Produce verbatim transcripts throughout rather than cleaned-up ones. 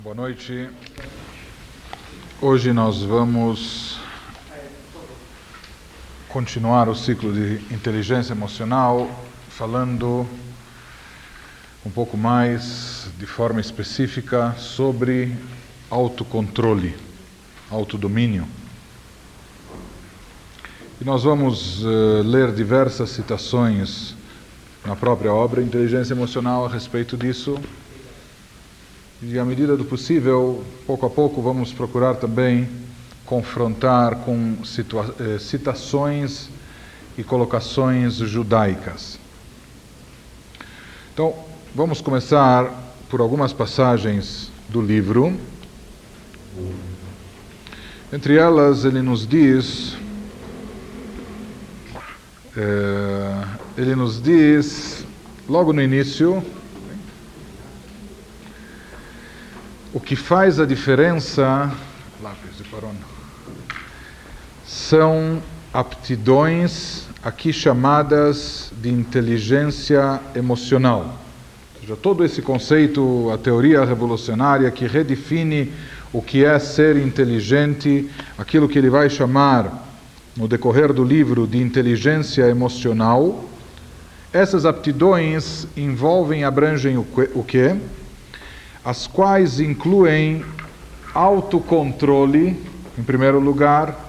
Boa noite. Hoje nós vamos continuar o ciclo de inteligência emocional, falando um pouco mais, de forma específica, sobre autocontrole, autodomínio. E nós vamos uh, ler diversas citações na própria obra Inteligência Emocional a respeito disso. E, à medida do possível, pouco a pouco, vamos procurar também confrontar com situa- eh, citações e colocações judaicas. Então, vamos começar por algumas passagens do livro. Entre elas, ele nos diz, eh, ele nos diz, logo no início, o que faz a diferença, lápis de parona, são aptidões aqui chamadas de inteligência emocional. Ou seja, todo esse conceito, a teoria revolucionária que redefine o que é ser inteligente, aquilo que ele vai chamar, no decorrer do livro, de inteligência emocional, essas aptidões envolvem e abrangem o que? O quê? As quais incluem autocontrole, em primeiro lugar,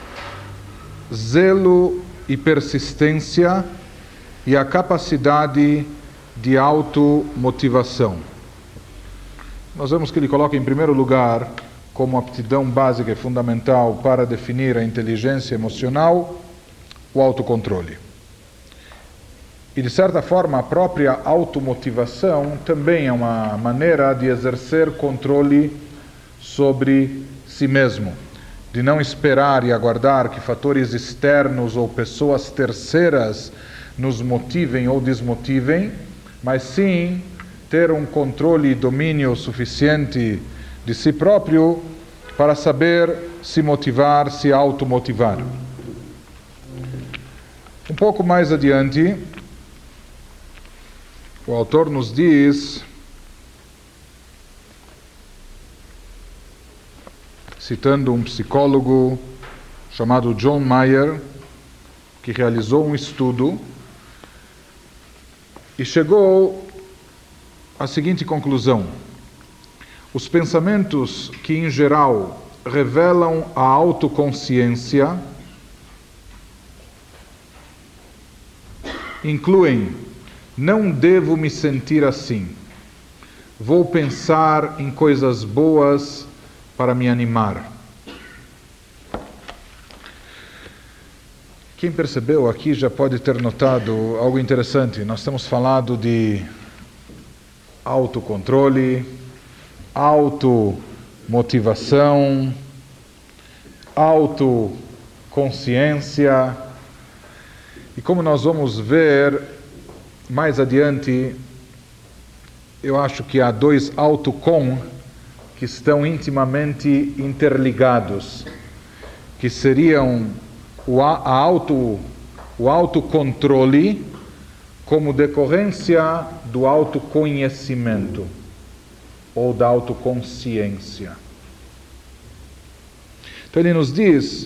zelo e persistência e a capacidade de automotivação. Nós vemos que ele coloca em primeiro lugar, como aptidão básica e fundamental para definir a inteligência emocional, o autocontrole. E, de certa forma, a própria automotivação também é uma maneira de exercer controle sobre si mesmo, de não esperar e aguardar que fatores externos ou pessoas terceiras nos motivem ou desmotivem, mas sim ter um controle e domínio suficiente de si próprio para saber se motivar, se automotivar. Um pouco mais adiante, o autor nos diz, citando um psicólogo chamado John Mayer, que realizou um estudo e chegou à seguinte conclusão: os pensamentos que, em geral, revelam a autoconsciência incluem: não devo me sentir assim. Vou pensar em coisas boas para me animar. Quem percebeu aqui já pode ter notado algo interessante. Nós temos falado de autocontrole, automotivação, autoconsciência. E como nós vamos ver mais adiante, eu acho que há dois autocon que estão intimamente interligados, que seriam o, a, a auto, o autocontrole como decorrência do autoconhecimento ou da autoconsciência. Então ele nos diz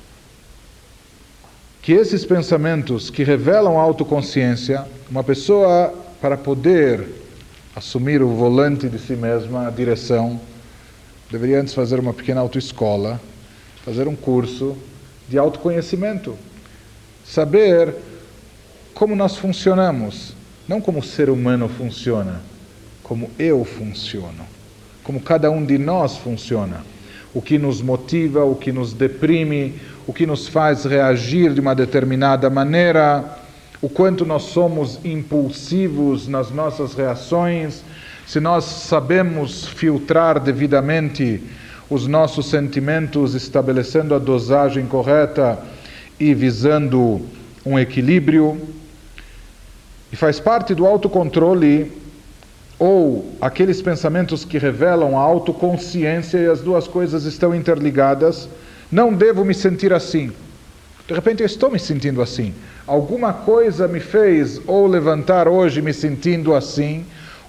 que esses pensamentos que revelam a autoconsciência, uma pessoa, para poder assumir o volante de si mesma, a direção, deveria antes fazer uma pequena autoescola, fazer um curso de autoconhecimento, saber como nós funcionamos, não como o ser humano funciona, como eu funciono, como cada um de nós funciona, o que nos motiva, o que nos deprime, o que nos faz reagir de uma determinada maneira, o quanto nós somos impulsivos nas nossas reações, se nós sabemos filtrar devidamente os nossos sentimentos, estabelecendo a dosagem correta e visando um equilíbrio. E faz parte do autocontrole ou aqueles pensamentos que revelam a autoconsciência, e as duas coisas estão interligadas. Não devo me sentir assim. De repente eu estou me sentindo assim. Alguma coisa me fez ou levantar hoje me sentindo assim,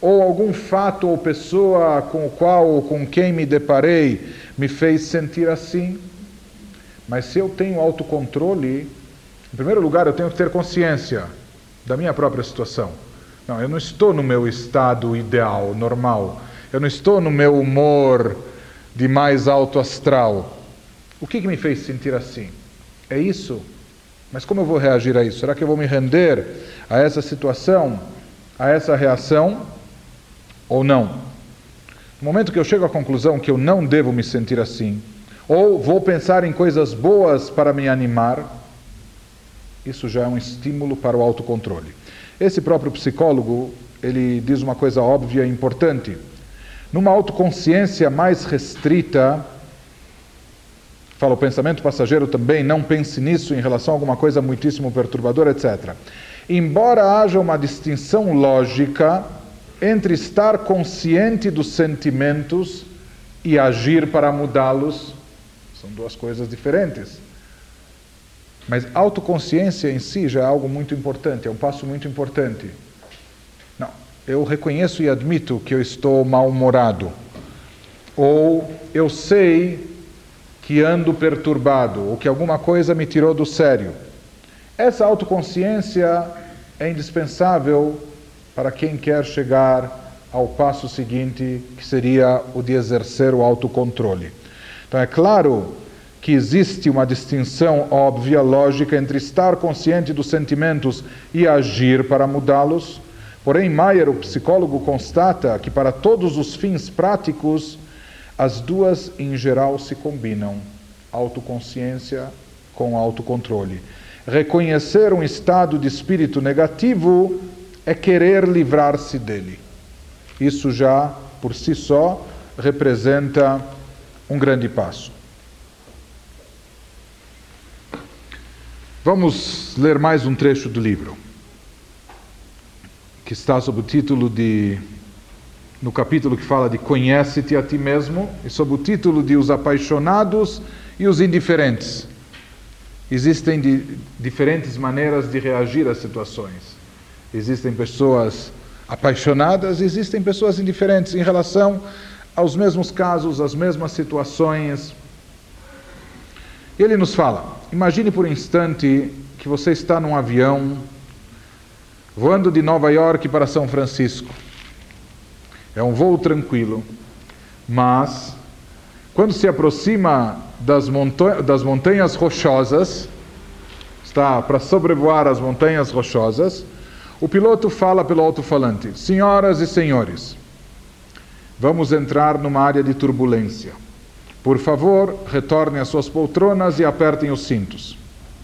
ou algum fato ou pessoa com o qual ou com quem me deparei me fez sentir assim. Mas se eu tenho autocontrole, em primeiro lugar eu tenho que ter consciência da minha própria situação. Não, eu não estou no meu estado ideal, normal. Eu não estou no meu humor de mais alto astral. O que, que me fez sentir assim? É isso? Mas como eu vou reagir a isso? Será que eu vou me render a essa situação, a essa reação, ou não? No momento que eu chego à conclusão que eu não devo me sentir assim, ou vou pensar em coisas boas para me animar, isso já é um estímulo para o autocontrole. Esse próprio psicólogo, ele diz uma coisa óbvia e importante. Numa autoconsciência mais restrita, fala o pensamento passageiro também, não pense nisso em relação a alguma coisa muitíssimo perturbadora, etcétera. Embora haja uma distinção lógica entre estar consciente dos sentimentos e agir para mudá-los, são duas coisas diferentes. Mas autoconsciência em si já é algo muito importante, é um passo muito importante. Não, eu reconheço e admito que eu estou mal-humorado, ou eu sei que ando perturbado, ou que alguma coisa me tirou do sério. Essa autoconsciência é indispensável para quem quer chegar ao passo seguinte, que seria o de exercer o autocontrole. Então é claro que existe uma distinção óbvia, lógica, entre estar consciente dos sentimentos e agir para mudá-los. Porém, Maier, o psicólogo, constata que para todos os fins práticos, as duas em geral se combinam, autoconsciência com autocontrole. Reconhecer um estado de espírito negativo é querer livrar-se dele. Isso já, por si só, representa um grande passo. Vamos ler mais um trecho do livro, que está sob o título de, no capítulo que fala de Conhece-te a ti mesmo, e sob o título de Os apaixonados e os indiferentes. Existem de, diferentes maneiras de reagir às situações. Existem pessoas apaixonadas, existem pessoas indiferentes em relação aos mesmos casos, às mesmas situações. E ele nos fala, imagine por um instante que você está num avião voando de Nova York para São Francisco. É um voo tranquilo, mas quando se aproxima das, monta- das montanhas rochosas, está para sobrevoar as montanhas rochosas, o piloto fala pelo alto-falante, senhoras e senhores, vamos entrar numa área de turbulência. Por favor, retornem às suas poltronas e apertem os cintos.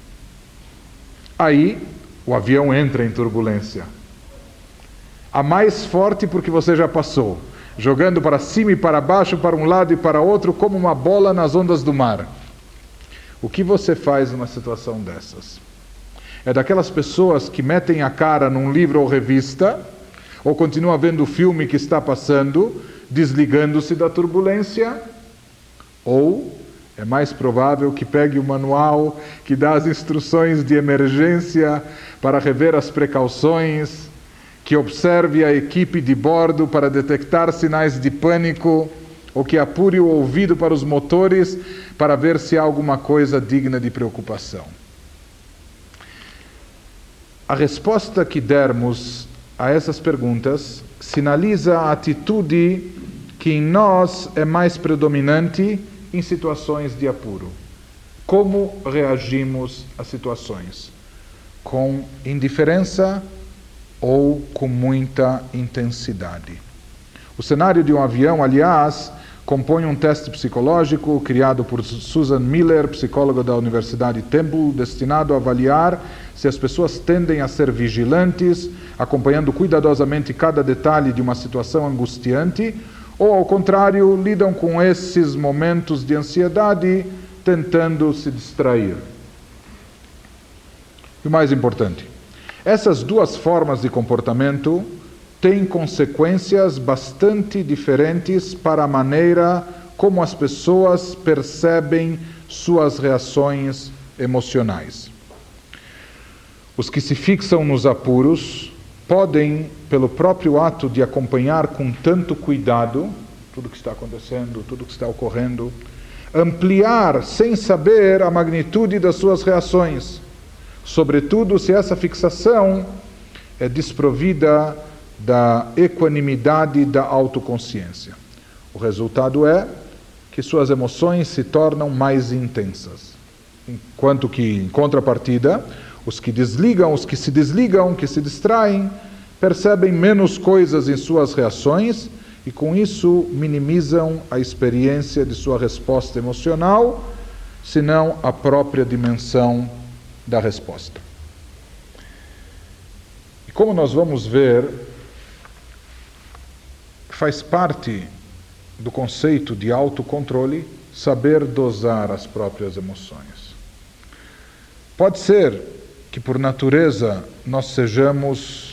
Aí, o avião entra em turbulência. A mais forte porque você já passou, jogando para cima e para baixo, para um lado e para outro, como uma bola nas ondas do mar. O que você faz numa situação dessas? É daquelas pessoas que metem a cara num livro ou revista, ou continua vendo o filme que está passando, desligando-se da turbulência, ou é mais provável que pegue o manual que dá as instruções de emergência para rever as precauções, que observe a equipe de bordo para detectar sinais de pânico, ou que apure o ouvido para os motores para ver se há alguma coisa digna de preocupação. A resposta que dermos a essas perguntas sinaliza a atitude que em nós é mais predominante em situações de apuro. Como reagimos às situações? Com indiferença ou com muita intensidade? O cenário de um avião, aliás, compõe um teste psicológico criado por Susan Miller, psicóloga da Universidade Temple, destinado a avaliar se as pessoas tendem a ser vigilantes, acompanhando cuidadosamente cada detalhe de uma situação angustiante, ou, ao contrário, lidam com esses momentos de ansiedade, tentando se distrair. E o mais importante, essas duas formas de comportamento têm consequências bastante diferentes para a maneira como as pessoas percebem suas reações emocionais. Os que se fixam nos apuros podem, pelo próprio ato de acompanhar com tanto cuidado tudo o que está acontecendo, tudo o que está ocorrendo, ampliar sem saber a magnitude das suas reações, sobretudo se essa fixação é desprovida da equanimidade da autoconsciência. O resultado é que suas emoções se tornam mais intensas, enquanto que, em contrapartida, os que desligam, os que se desligam, que se distraem, percebem menos coisas em suas reações e com isso minimizam a experiência de sua resposta emocional, senão a própria dimensão da resposta. E como nós vamos ver, faz parte do conceito de autocontrole saber dosar as próprias emoções. Pode ser que por natureza nós sejamos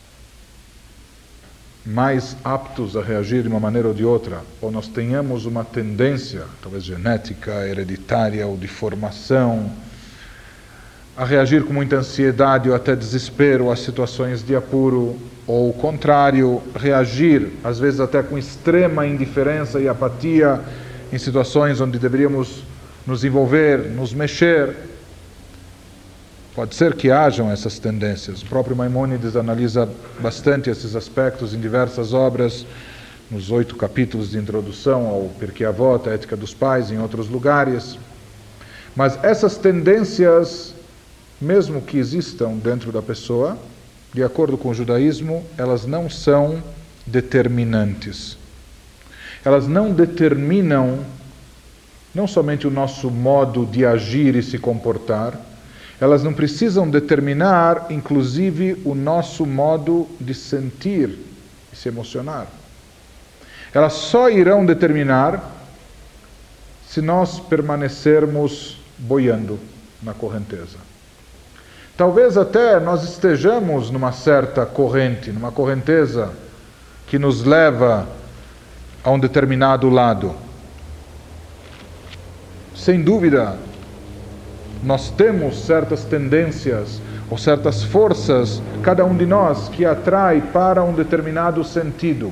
mais aptos a reagir de uma maneira ou de outra, ou nós tenhamos uma tendência, talvez genética, hereditária ou de formação, a reagir com muita ansiedade ou até desespero às situações de apuro, ou o contrário, reagir, às vezes até com extrema indiferença e apatia em situações onde deveríamos nos envolver, nos mexer. Pode ser que hajam essas tendências. O próprio Maimônides analisa bastante esses aspectos em diversas obras, nos oito capítulos de introdução ao Pirkei Avot, a Ética dos Pais, em outros lugares. Mas essas tendências, mesmo que existam dentro da pessoa, de acordo com o judaísmo, elas não são determinantes. Elas não determinam não somente o nosso modo de agir e se comportar, elas não precisam determinar, inclusive, o nosso modo de sentir e se emocionar. Elas só irão determinar se nós permanecermos boiando na correnteza. Talvez até nós estejamos numa certa corrente, numa correnteza que nos leva a um determinado lado. Sem dúvida, nós temos certas tendências ou certas forças, cada um de nós, que atrai para um determinado sentido.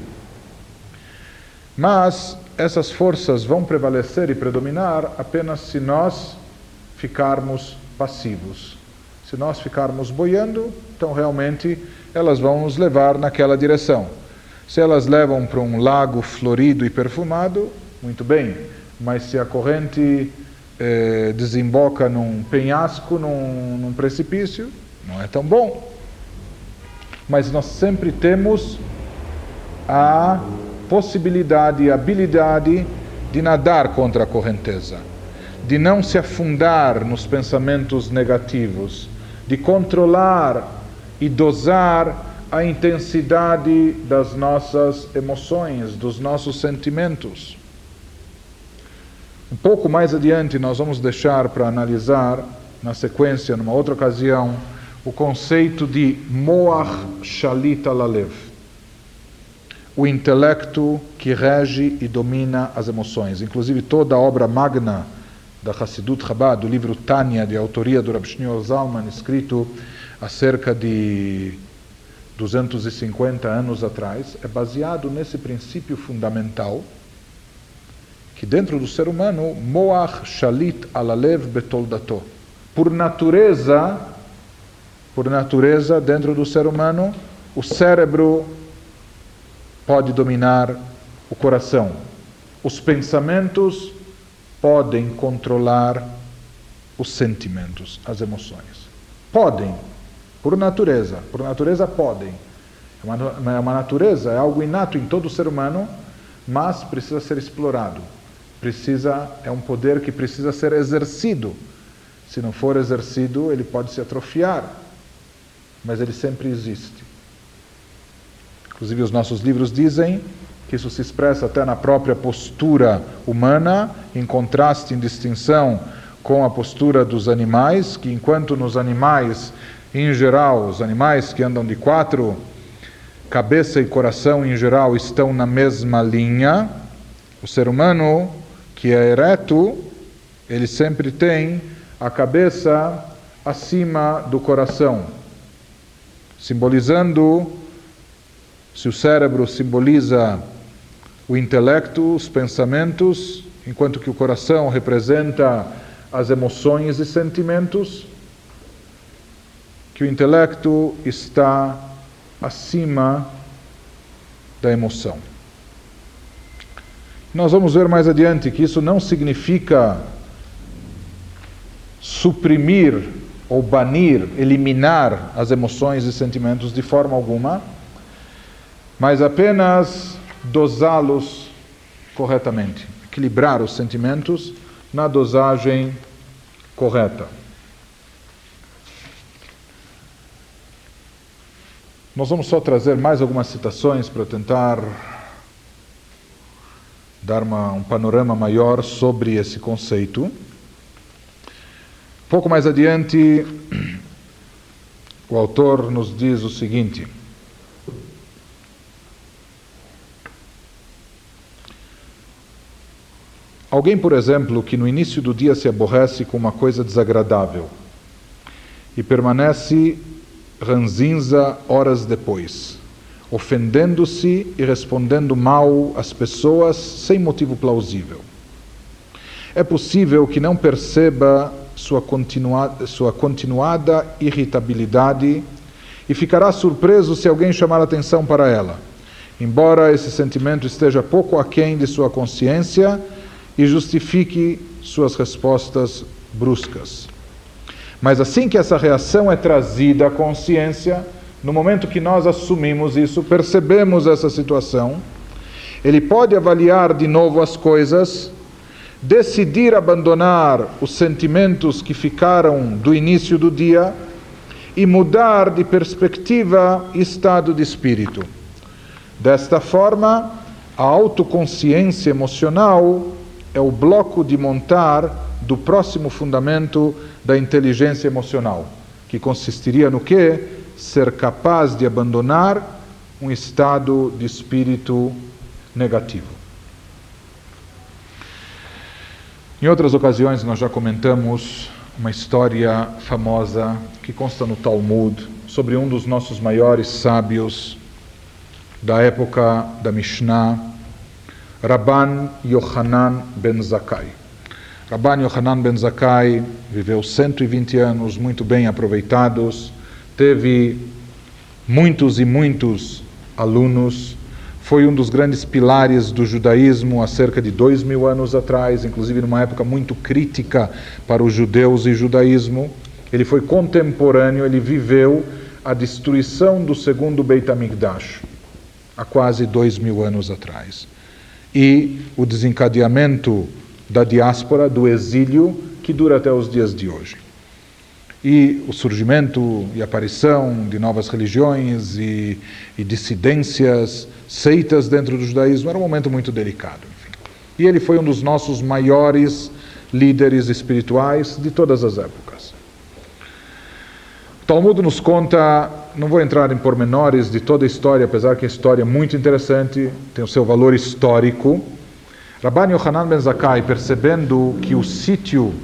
Mas essas forças vão prevalecer e predominar apenas se nós ficarmos passivos. Se nós ficarmos boiando, então realmente elas vão nos levar naquela direção. Se elas levam para um lago florido e perfumado, muito bem. Mas se a corrente eh, desemboca num penhasco, num, num precipício, não é tão bom. Mas nós sempre temos a possibilidade e habilidade de nadar contra a correnteza, de não se afundar nos pensamentos negativos, de controlar e dosar a intensidade das nossas emoções, dos nossos sentimentos. Um pouco mais adiante nós vamos deixar para analisar, na sequência, numa outra ocasião, o conceito de Moach Shalit al Alev, o intelecto que rege e domina as emoções. Inclusive toda a obra magna da Hassidut Chabad, do livro Tânia, de autoria do Rabbi Shneur Zalman, escrito há cerca de duzentos e cinquenta anos atrás, é baseado nesse princípio fundamental, que dentro do ser humano, Moach Shalit al Alev betoldato. Por natureza, por natureza, dentro do ser humano, o cérebro pode dominar o coração. Os pensamentos podem controlar os sentimentos, as emoções. Podem, por natureza, por natureza podem. É uma, é uma natureza, é algo inato em todo ser humano, mas precisa ser explorado. Precisa, é um poder que precisa ser exercido. Se não for exercido, ele pode se atrofiar, mas ele sempre existe. Inclusive os nossos livros dizem que isso se expressa até na própria postura humana, em contraste, em distinção com a postura dos animais, que enquanto nos animais, em geral, os animais que andam de quatro, cabeça e coração em geral estão na mesma linha, o ser humano, que é ereto, ele sempre tem a cabeça acima do coração. simbolizando, se o cérebro simboliza o intelecto, os pensamentos, enquanto que o coração representa as emoções e sentimentos, que o intelecto está acima da emoção. Nós vamos ver mais adiante que isso não significa suprimir ou banir, eliminar as emoções e sentimentos de forma alguma, mas apenas dosá-los corretamente, equilibrar os sentimentos na dosagem correta. Nós vamos só trazer mais algumas citações para tentar dar uma, um panorama maior sobre esse conceito. Pouco mais adiante, o autor nos diz o seguinte: alguém, por exemplo, que no início do dia se aborrece com uma coisa desagradável e permanece ranzinza horas depois, ofendendo-se e respondendo mal às pessoas sem motivo plausível. É possível que não perceba sua continuada, sua continuada irritabilidade e ficará surpreso se alguém chamar atenção para ela, embora esse sentimento esteja pouco aquém de sua consciência e justifique suas respostas bruscas. Mas assim que essa reação é trazida à consciência, no momento que nós assumimos isso, percebemos essa situação, ele pode avaliar de novo as coisas, decidir abandonar os sentimentos que ficaram do início do dia e mudar de perspectiva e estado de espírito. Desta forma, a autoconsciência emocional é o bloco de montar do próximo fundamento da inteligência emocional, que consistiria no quê? Ser capaz de abandonar um estado de espírito negativo. Em outras ocasiões nós já comentamos uma história famosa que consta no Talmud sobre um dos nossos maiores sábios da época da Mishnah, Rabban Yochanan ben Zakkai. Rabban Yochanan ben Zakkai viveu cento e vinte anos muito bem aproveitados, teve muitos e muitos alunos, foi um dos grandes pilares do judaísmo há cerca de dois mil anos atrás, inclusive numa época muito crítica para os judeus e judaísmo. Ele foi contemporâneo, ele viveu a destruição do segundo Beit HaMikdash, há quase dois mil anos atrás. E o desencadeamento da diáspora, do exílio, que dura até os dias de hoje. E o surgimento e aparição de novas religiões e, e dissidências, seitas dentro do judaísmo, era um momento muito delicado. Enfim. E ele foi um dos nossos maiores líderes espirituais de todas as épocas. O Talmud nos conta, não vou entrar em pormenores de toda a história, apesar que a história é muito interessante, tem o seu valor histórico. Rabban Yochanan ben Zakkai, percebendo que o sítio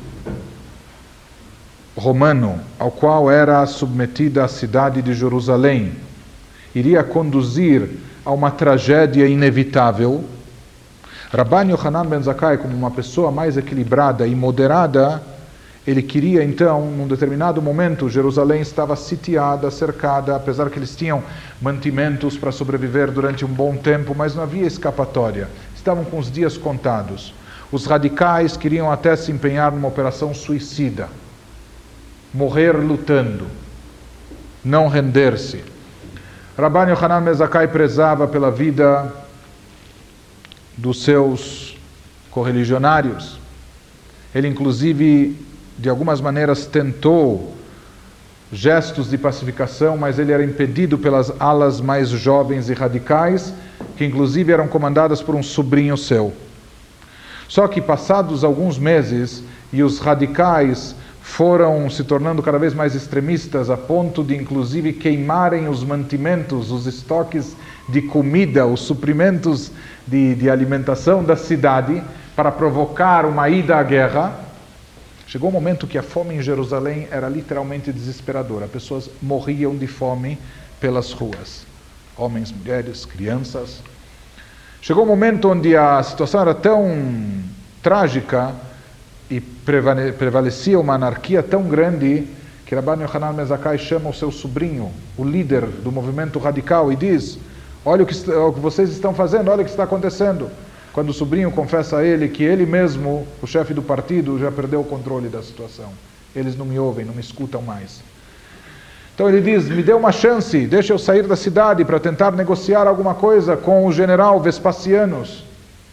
romano ao qual era submetida a cidade de Jerusalém iria conduzir a uma tragédia inevitável, Rabban Yochanan ben Zakkai, como uma pessoa mais equilibrada e moderada, ele queria então, num determinado momento, Jerusalém estava sitiada, cercada, apesar que eles tinham mantimentos para sobreviver durante um bom tempo, mas não havia escapatória, estavam com os dias contados. Os radicais queriam até se empenhar numa operação suicida, morrer lutando, não render-se. Rabban Yochanan ben Zakkai prezava pela vida dos seus correligionários. Ele, inclusive, de algumas maneiras tentou gestos de pacificação, mas ele era impedido pelas alas mais jovens e radicais, que inclusive eram comandadas por um sobrinho seu. Só que passados alguns meses, e os radicais foram se tornando cada vez mais extremistas, a ponto de inclusive queimarem os mantimentos, os estoques de comida, os suprimentos de, de alimentação da cidade, para provocar uma ida à guerra. Chegou um momento que a fome em Jerusalém era literalmente desesperadora. Pessoas morriam de fome pelas ruas. Homens, mulheres, crianças. Chegou um momento onde a situação era tão trágica e prevalecia uma anarquia tão grande que Rabban Yochanan ben Zakkai chama o seu sobrinho, o líder do movimento radical, e diz: olha o que, o que vocês estão fazendo, olha o que está acontecendo. Quando o sobrinho confessa a ele que ele mesmo, o chefe do partido, já perdeu o controle da situação. Eles não me ouvem, não me escutam mais. Então ele diz: me dê uma chance, deixa eu sair da cidade para tentar negociar alguma coisa com o general Vespasianos.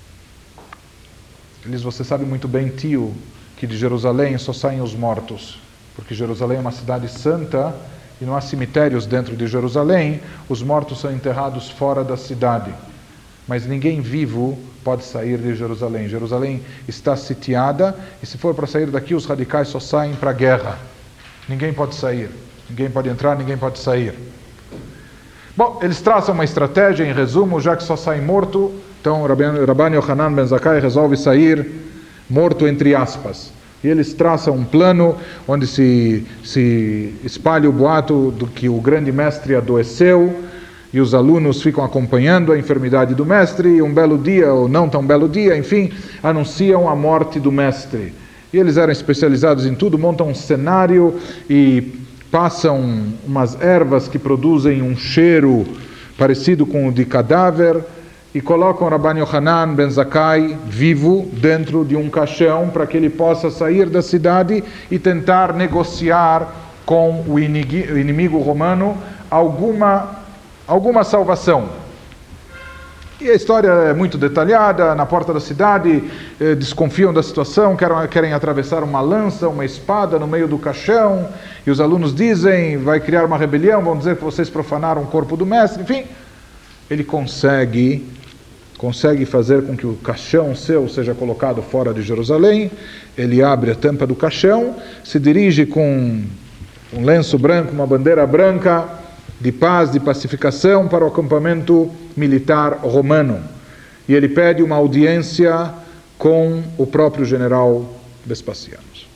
Ele diz: você sabe muito bem, tio, que de Jerusalém só saem os mortos, porque Jerusalém é uma cidade santa e não há cemitérios dentro de Jerusalém, os mortos são enterrados fora da cidade. Mas ninguém vivo pode sair de Jerusalém. Jerusalém está sitiada e se for para sair daqui, os radicais só saem para a guerra. Ninguém pode sair. Ninguém pode entrar, ninguém pode sair. Bom, eles traçam uma estratégia, em resumo, já que só sai morto, então Rabban Yochanan ben Zakkai resolve sair morto entre aspas. E eles traçam um plano onde se, se espalha o boato do que o grande mestre adoeceu e os alunos ficam acompanhando a enfermidade do mestre e um belo dia, ou não tão belo dia, enfim, anunciam a morte do mestre. E eles eram especializados em tudo, montam um cenário e passam umas ervas que produzem um cheiro parecido com o de cadáver e colocam Rabban Yochanan ben Zakkai vivo dentro de um caixão para que ele possa sair da cidade e tentar negociar com o inimigo romano alguma, alguma salvação. E a história é muito detalhada. Na porta da cidade eh, desconfiam da situação, querem, querem atravessar uma lança, uma espada no meio do caixão, e os alunos dizem: vai criar uma rebelião, vão dizer que vocês profanaram o corpo do mestre. Enfim, ele consegue, consegue fazer com que o caixão seu seja colocado fora de Jerusalém. Ele abre a tampa do caixão, se dirige com um lenço branco, uma bandeira branca, de paz, de pacificação para o acampamento militar romano. E ele pede uma audiência com o próprio general Vespasianos.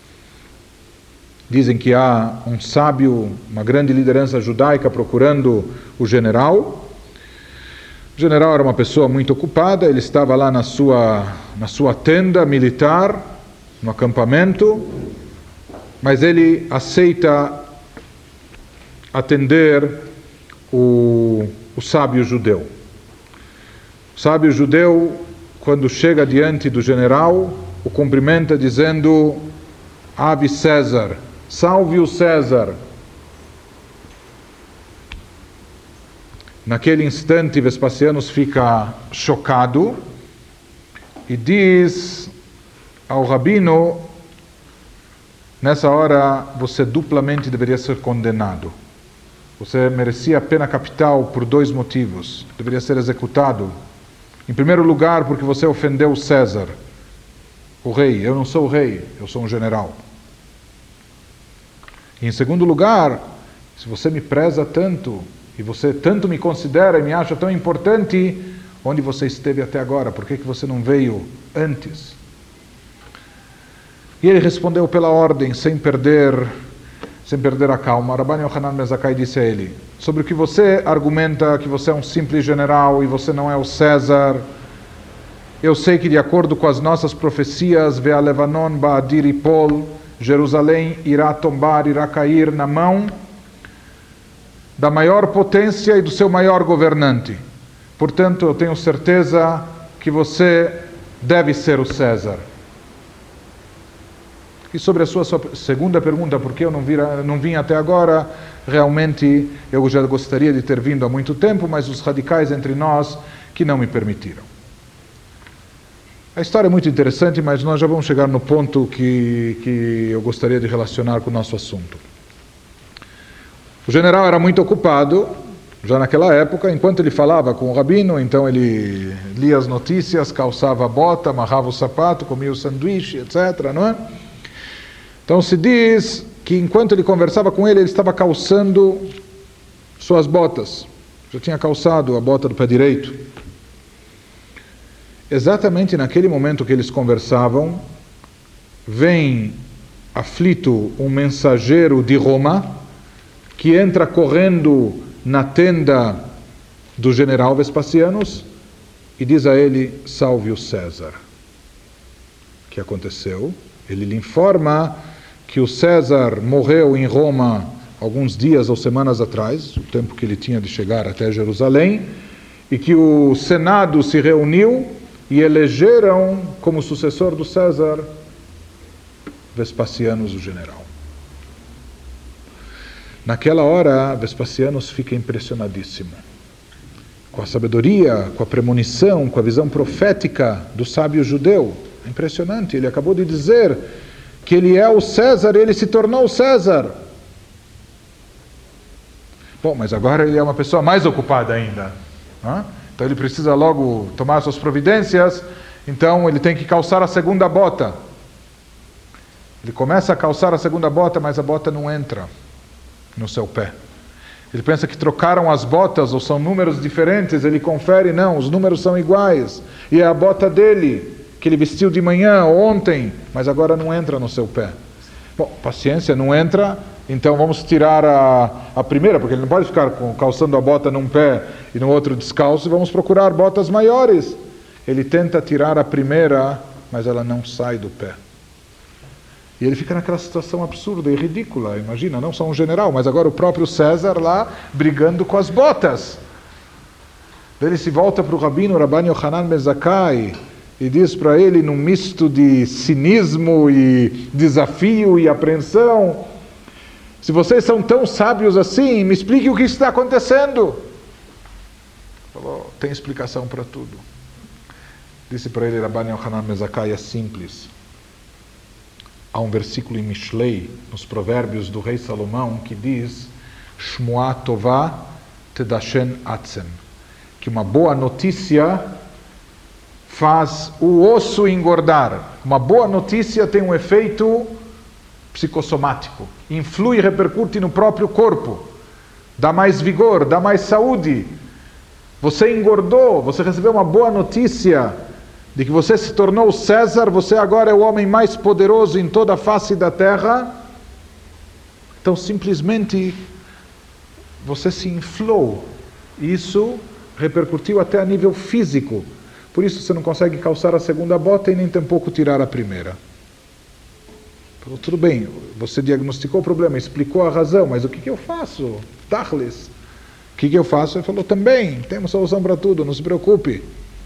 Dizem que há um sábio, uma grande liderança judaica procurando o general. O general era uma pessoa muito ocupada, ele estava lá na sua, na sua tenda militar, no acampamento, mas ele aceita atender o, o sábio judeu. O sábio judeu, quando chega diante do general, o cumprimenta dizendo: Ave César, salve o César. Naquele instante, Vespasianos fica chocado e diz ao rabino: nessa hora você duplamente deveria ser condenado. Você merecia a pena capital por dois motivos. Deveria ser executado. Em primeiro lugar, porque você ofendeu César, o rei. Eu não sou o rei, eu sou um general. E em segundo lugar, se você me preza tanto, e você tanto me considera e me acha tão importante, onde você esteve até agora? Por que que você não veio antes? E ele respondeu pela ordem, sem perder... sem perder a calma. Rabban Yochanan ben Zakkai disse a ele: sobre o que você argumenta que você é um simples general e você não é o César, eu sei que de acordo com as nossas profecias, Ve'alevanon ba'adir ipol, Jerusalém irá tombar, irá cair na mão da maior potência e do seu maior governante. Portanto, eu tenho certeza que você deve ser o César. E sobre a sua, sua segunda pergunta, por que eu não, vira, não vim até agora, realmente eu já gostaria de ter vindo há muito tempo, mas os radicais entre nós que não me permitiram. A história é muito interessante, mas nós já vamos chegar no ponto que, que eu gostaria de relacionar com o nosso assunto. O general era muito ocupado, já naquela época, enquanto ele falava com o rabino, então ele lia as notícias, calçava a bota, amarrava o sapato, comia o sanduíche, etcétera, não é? Então se diz que enquanto ele conversava com ele, ele estava calçando suas botas. Já tinha calçado a bota do pé direito. Exatamente naquele momento que eles conversavam, vem aflito um mensageiro de Roma, que entra correndo na tenda do general Vespasianos e diz a ele: salve o César. O que aconteceu? Ele lhe informa que o César morreu em Roma alguns dias ou semanas atrás, o tempo que ele tinha de chegar até Jerusalém, e que o Senado se reuniu e elegeram como sucessor do César Vespasianos, o general. Naquela hora, Vespasianos fica impressionadíssimo com a sabedoria, com a premonição, com a visão profética do sábio judeu. É impressionante, ele acabou de dizer que ele é o César e ele se tornou o César. Bom, mas agora ele é uma pessoa mais ocupada ainda. Né? Então ele precisa logo tomar suas providências, então ele tem que calçar a segunda bota. Ele começa a calçar a segunda bota, mas a bota não entra no seu pé. Ele pensa que trocaram as botas ou são números diferentes, ele confere, não, os números são iguais. E é a bota dele, que ele vestiu de manhã, ontem, mas agora não entra no seu pé. Bom, paciência, não entra, então vamos tirar a, a primeira, porque ele não pode ficar com, calçando a bota num pé e no outro descalço, e vamos procurar botas maiores. Ele tenta tirar a primeira, mas ela não sai do pé. E ele fica naquela situação absurda e ridícula, imagina, não só um general, mas agora o próprio César lá brigando com as botas. Ele se volta para o rabino, Rabban Yochanan ben Zakkai, e diz para ele, num misto de cinismo e desafio e apreensão: se vocês são tão sábios assim, me explique o que está acontecendo. Falou, tem explicação para tudo. Disse para ele Rabban Yochanan ben Zakkai, é simples. Há um versículo em Mishlei, nos provérbios do rei Salomão, que diz: Shmuah tová tedashen atzem, que uma boa notícia faz o osso engordar. Uma boa notícia tem um efeito psicossomático, influi e repercute no próprio corpo, dá mais vigor, dá mais saúde. Você engordou, você recebeu uma boa notícia de que você se tornou César, você agora é o homem mais poderoso em toda a face da terra. Então simplesmente você se inflou. Isso repercutiu até a nível físico. Por isso você não consegue calçar a segunda bota e nem tampouco tirar a primeira. Falou, tudo bem, você diagnosticou o problema, explicou a razão, mas o que, que eu faço? Tachlis. O que, que eu faço? Ele falou, também, temos solução para tudo, não se preocupe.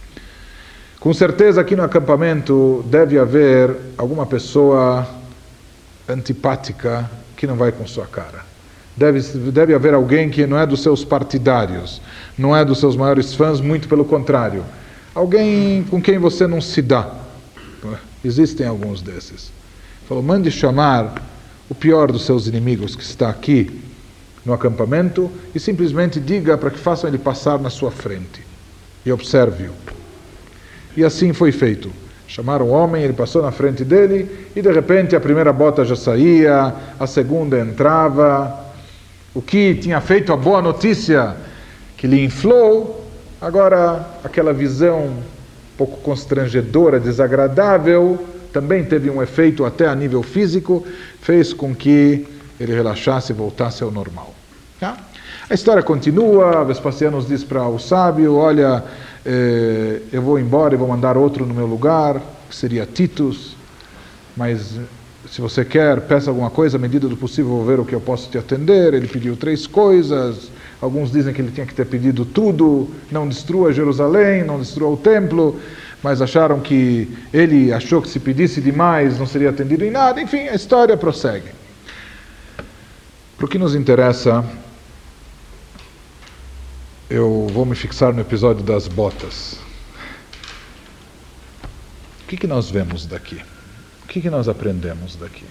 Com certeza aqui no acampamento deve haver alguma pessoa antipática que não vai com sua cara. Deve, deve haver alguém que não é dos seus partidários, não é dos seus maiores fãs, muito pelo contrário. Alguém com quem você não se dá. Existem alguns desses. Falou, mande chamar o pior dos seus inimigos que está aqui no acampamento e simplesmente diga para que façam ele passar na sua frente. E observe-o. E assim foi feito. Chamaram o homem, ele passou na frente dele, e de repente a primeira bota já saía, a segunda entrava. O que tinha feito a boa notícia, que lhe inflou, agora aquela visão um pouco constrangedora, desagradável, também teve um efeito até a nível físico, fez com que ele relaxasse e voltasse ao normal. Tá? A história continua, Vespasianos diz para o sábio, olha, eh, eu vou embora e vou mandar outro no meu lugar, que seria Titus, mas se você quer, peça alguma coisa, à medida do possível vou ver o que eu posso te atender. Ele pediu três coisas, alguns dizem que ele tinha que ter pedido tudo, não destrua Jerusalém, não destrua o templo, mas acharam que ele achou que se pedisse demais não seria atendido em nada, enfim, a história prossegue. Para o que nos interessa, eu vou me fixar no episódio das botas. O que, que nós vemos daqui? O que, que nós aprendemos daqui?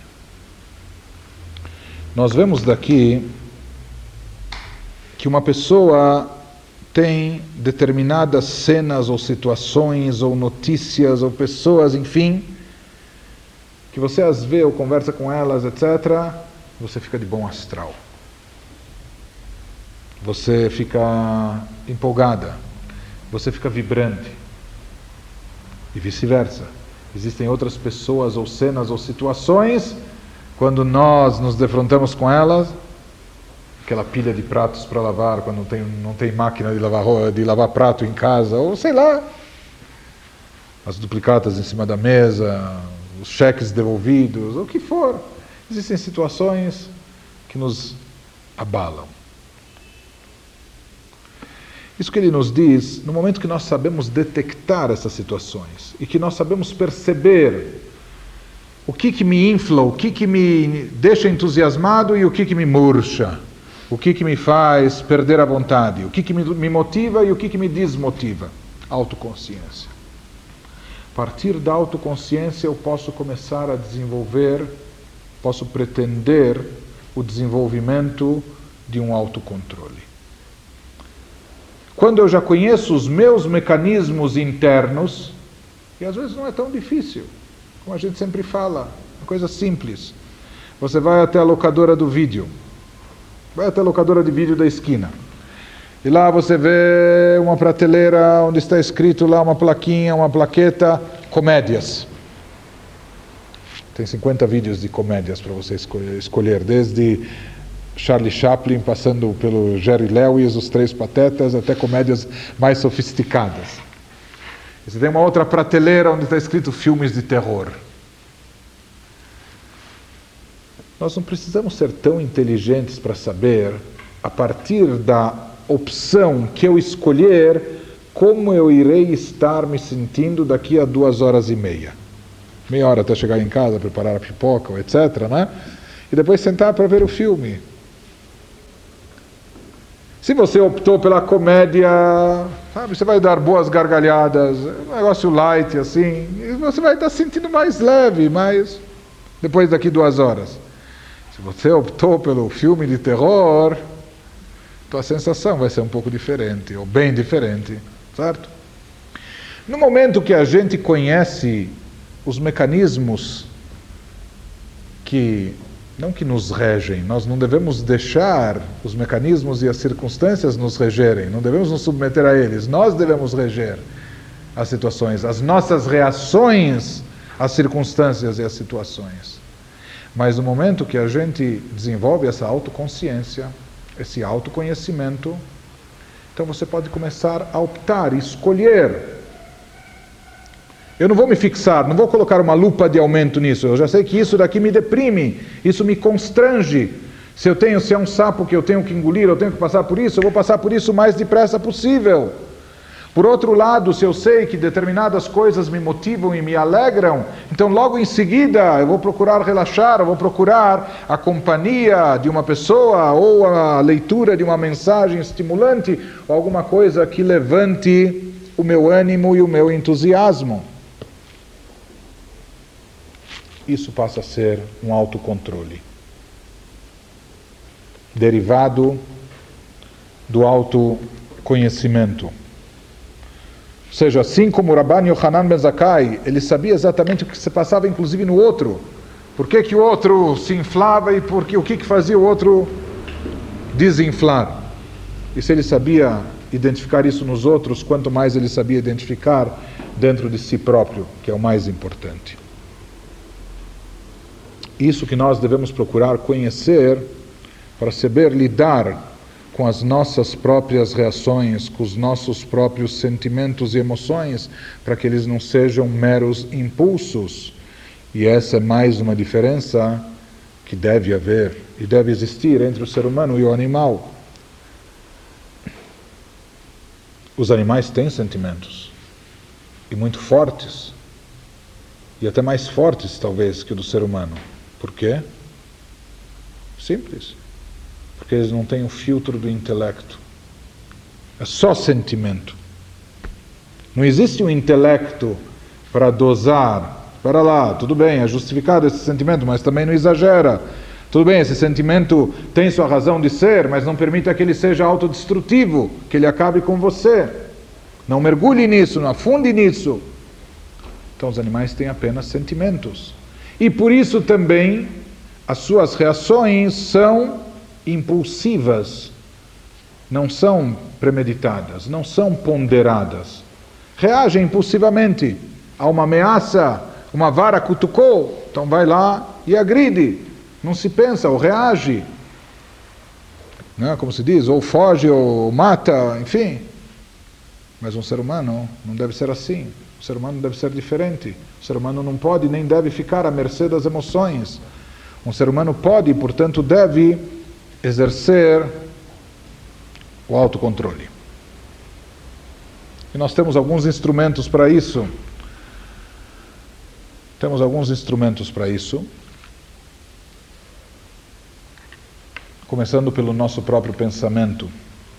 Nós vemos daqui que uma pessoa tem determinadas cenas ou situações ou notícias ou pessoas, enfim, que você as vê ou conversa com elas, etcétera, você fica de bom astral. Você fica empolgada, você fica vibrante, e vice-versa. Existem outras pessoas ou cenas ou situações, quando nós nos defrontamos com elas, aquela pilha de pratos para lavar quando não tem, não tem máquina de lavar, de lavar prato em casa, ou sei lá, as duplicatas em cima da mesa, os cheques devolvidos, o que for. Existem situações que nos abalam. Isso que ele nos diz, no momento que nós sabemos detectar essas situações e que nós sabemos perceber o que que me infla, o que que me deixa entusiasmado e o que que me murcha, o que que me faz perder a vontade, o que que me motiva e o que que me desmotiva. Autoconsciência. A partir da autoconsciência eu posso começar a desenvolver, posso pretender o desenvolvimento de um autocontrole. Quando eu já conheço os meus mecanismos internos, e às vezes não é tão difícil, como a gente sempre fala, uma coisa simples. Você vai até a locadora do vídeo, vai até a locadora de vídeo da esquina, e lá você vê uma prateleira onde está escrito lá uma plaquinha, uma plaqueta, comédias. Tem cinquenta vídeos de comédias para você escolher, desde Charlie Chaplin, passando pelo Jerry Lewis, os Três Patetas, até comédias mais sofisticadas. E você tem uma outra prateleira onde está escrito filmes de terror. Nós não precisamos ser tão inteligentes para saber, a partir da opção que eu escolher, como eu irei estar me sentindo daqui a duas horas e meia. Meia hora até chegar em casa, preparar a pipoca, etcétera, né? E depois sentar para ver o filme. Se você optou pela comédia, sabe, você vai dar boas gargalhadas, um negócio light assim, e você vai estar sentindo mais leve, mais depois daqui duas horas. Se você optou pelo filme de terror, tua sensação vai ser um pouco diferente, ou bem diferente, certo? No momento que a gente conhece os mecanismos que, não que nos regem, nós não devemos deixar os mecanismos e as circunstâncias nos regerem, não devemos nos submeter a eles, nós devemos reger as situações, as nossas reações às circunstâncias e às situações. Mas no momento que a gente desenvolve essa autoconsciência, esse autoconhecimento, então você pode começar a optar, escolher. Eu não vou me fixar, não vou colocar uma lupa de aumento nisso. Eu já sei que isso daqui me deprime, isso me constrange. Se eu tenho, se é um sapo que eu tenho que engolir, eu tenho que passar por isso, eu vou passar por isso o mais depressa possível. Por outro lado, se eu sei que determinadas coisas me motivam e me alegram, então logo em seguida eu vou procurar relaxar, eu vou procurar a companhia de uma pessoa ou a leitura de uma mensagem estimulante ou alguma coisa que levante o meu ânimo e o meu entusiasmo. Isso passa a ser um autocontrole, derivado do autoconhecimento. Ou seja, assim como o Rabban Yochanan Ben Zakkai, ele sabia exatamente o que se passava inclusive no outro. Por que que o outro se inflava e por que, o que, que fazia o outro desinflar. E se ele sabia identificar isso nos outros, quanto mais ele sabia identificar dentro de si próprio, que é o mais importante. Isso que nós devemos procurar conhecer para saber lidar com as nossas próprias reações, com os nossos próprios sentimentos e emoções, para que eles não sejam meros impulsos. E essa é mais uma diferença que deve haver e deve existir entre o ser humano e o animal. Os animais têm sentimentos, e muito fortes, e até mais fortes talvez que o do ser humano. Por quê? Simples. Porque eles não têm o filtro do intelecto. É só sentimento. Não existe um intelecto para dosar. Espera lá, tudo bem, é justificado esse sentimento, mas também não exagera. Tudo bem, esse sentimento tem sua razão de ser, mas não permita que ele seja autodestrutivo, que ele acabe com você. Não mergulhe nisso, não afunde nisso. Então os animais têm apenas sentimentos. E por isso também as suas reações são impulsivas, não são premeditadas, não são ponderadas. Reagem impulsivamente a uma ameaça, uma vara cutucou, então vai lá e agride. Não se pensa ou reage. né? Como se diz, ou foge ou mata, enfim. Mas um ser humano não deve ser assim. O ser humano deve ser diferente. O ser humano não pode nem deve ficar à mercê das emoções. Um ser humano pode, portanto, deve exercer o autocontrole. E nós temos alguns instrumentos para isso. Temos alguns instrumentos para isso. Começando pelo nosso próprio pensamento.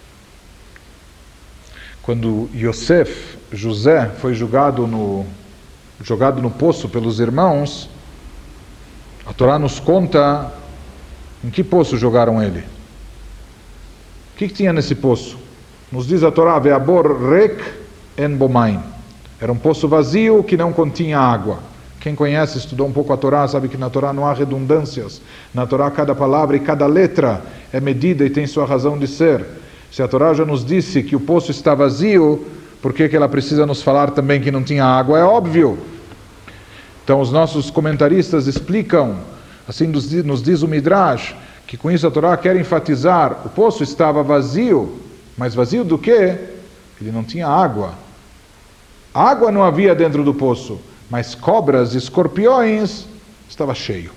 Quando Yosef, José, foi jogado no, jogado no poço pelos irmãos, a Torá nos conta em que poço jogaram ele. O que, que tinha nesse poço? Nos diz a Torá, Ve'abor rek en bomaim. Era um poço vazio que não continha água. Quem conhece, estudou um pouco a Torá, sabe que na Torá não há redundâncias. Na Torá cada palavra e cada letra é medida e tem sua razão de ser. Se a Torá já nos disse que o poço está vazio, por que que ela precisa nos falar também que não tinha água? É óbvio. Então os nossos comentaristas explicam, assim nos diz, nos diz o Midrash, que com isso a Torá quer enfatizar, o poço estava vazio, mas vazio do quê? Ele não tinha água. Água não havia dentro do poço, mas cobras e escorpiões estava cheio.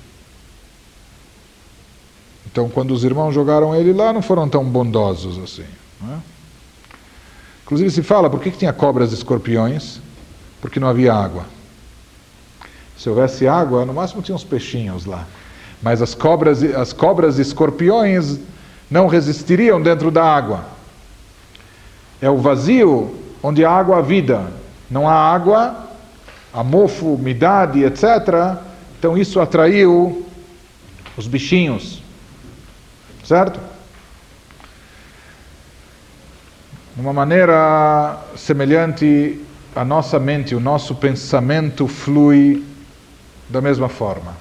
Então, quando os irmãos jogaram ele lá, não foram tão bondosos assim. Não é? Inclusive se fala, por que, que tinha cobras e escorpiões? Porque não havia água. Se houvesse água, no máximo tinha uns peixinhos lá. Mas as cobras, as cobras e escorpiões não resistiriam dentro da água. É o vazio onde há água, a vida. Não há água, há mofo, umidade, etcétera. Então isso atraiu os bichinhos. Certo? De uma maneira semelhante, a nossa mente, o nosso pensamento flui da mesma forma.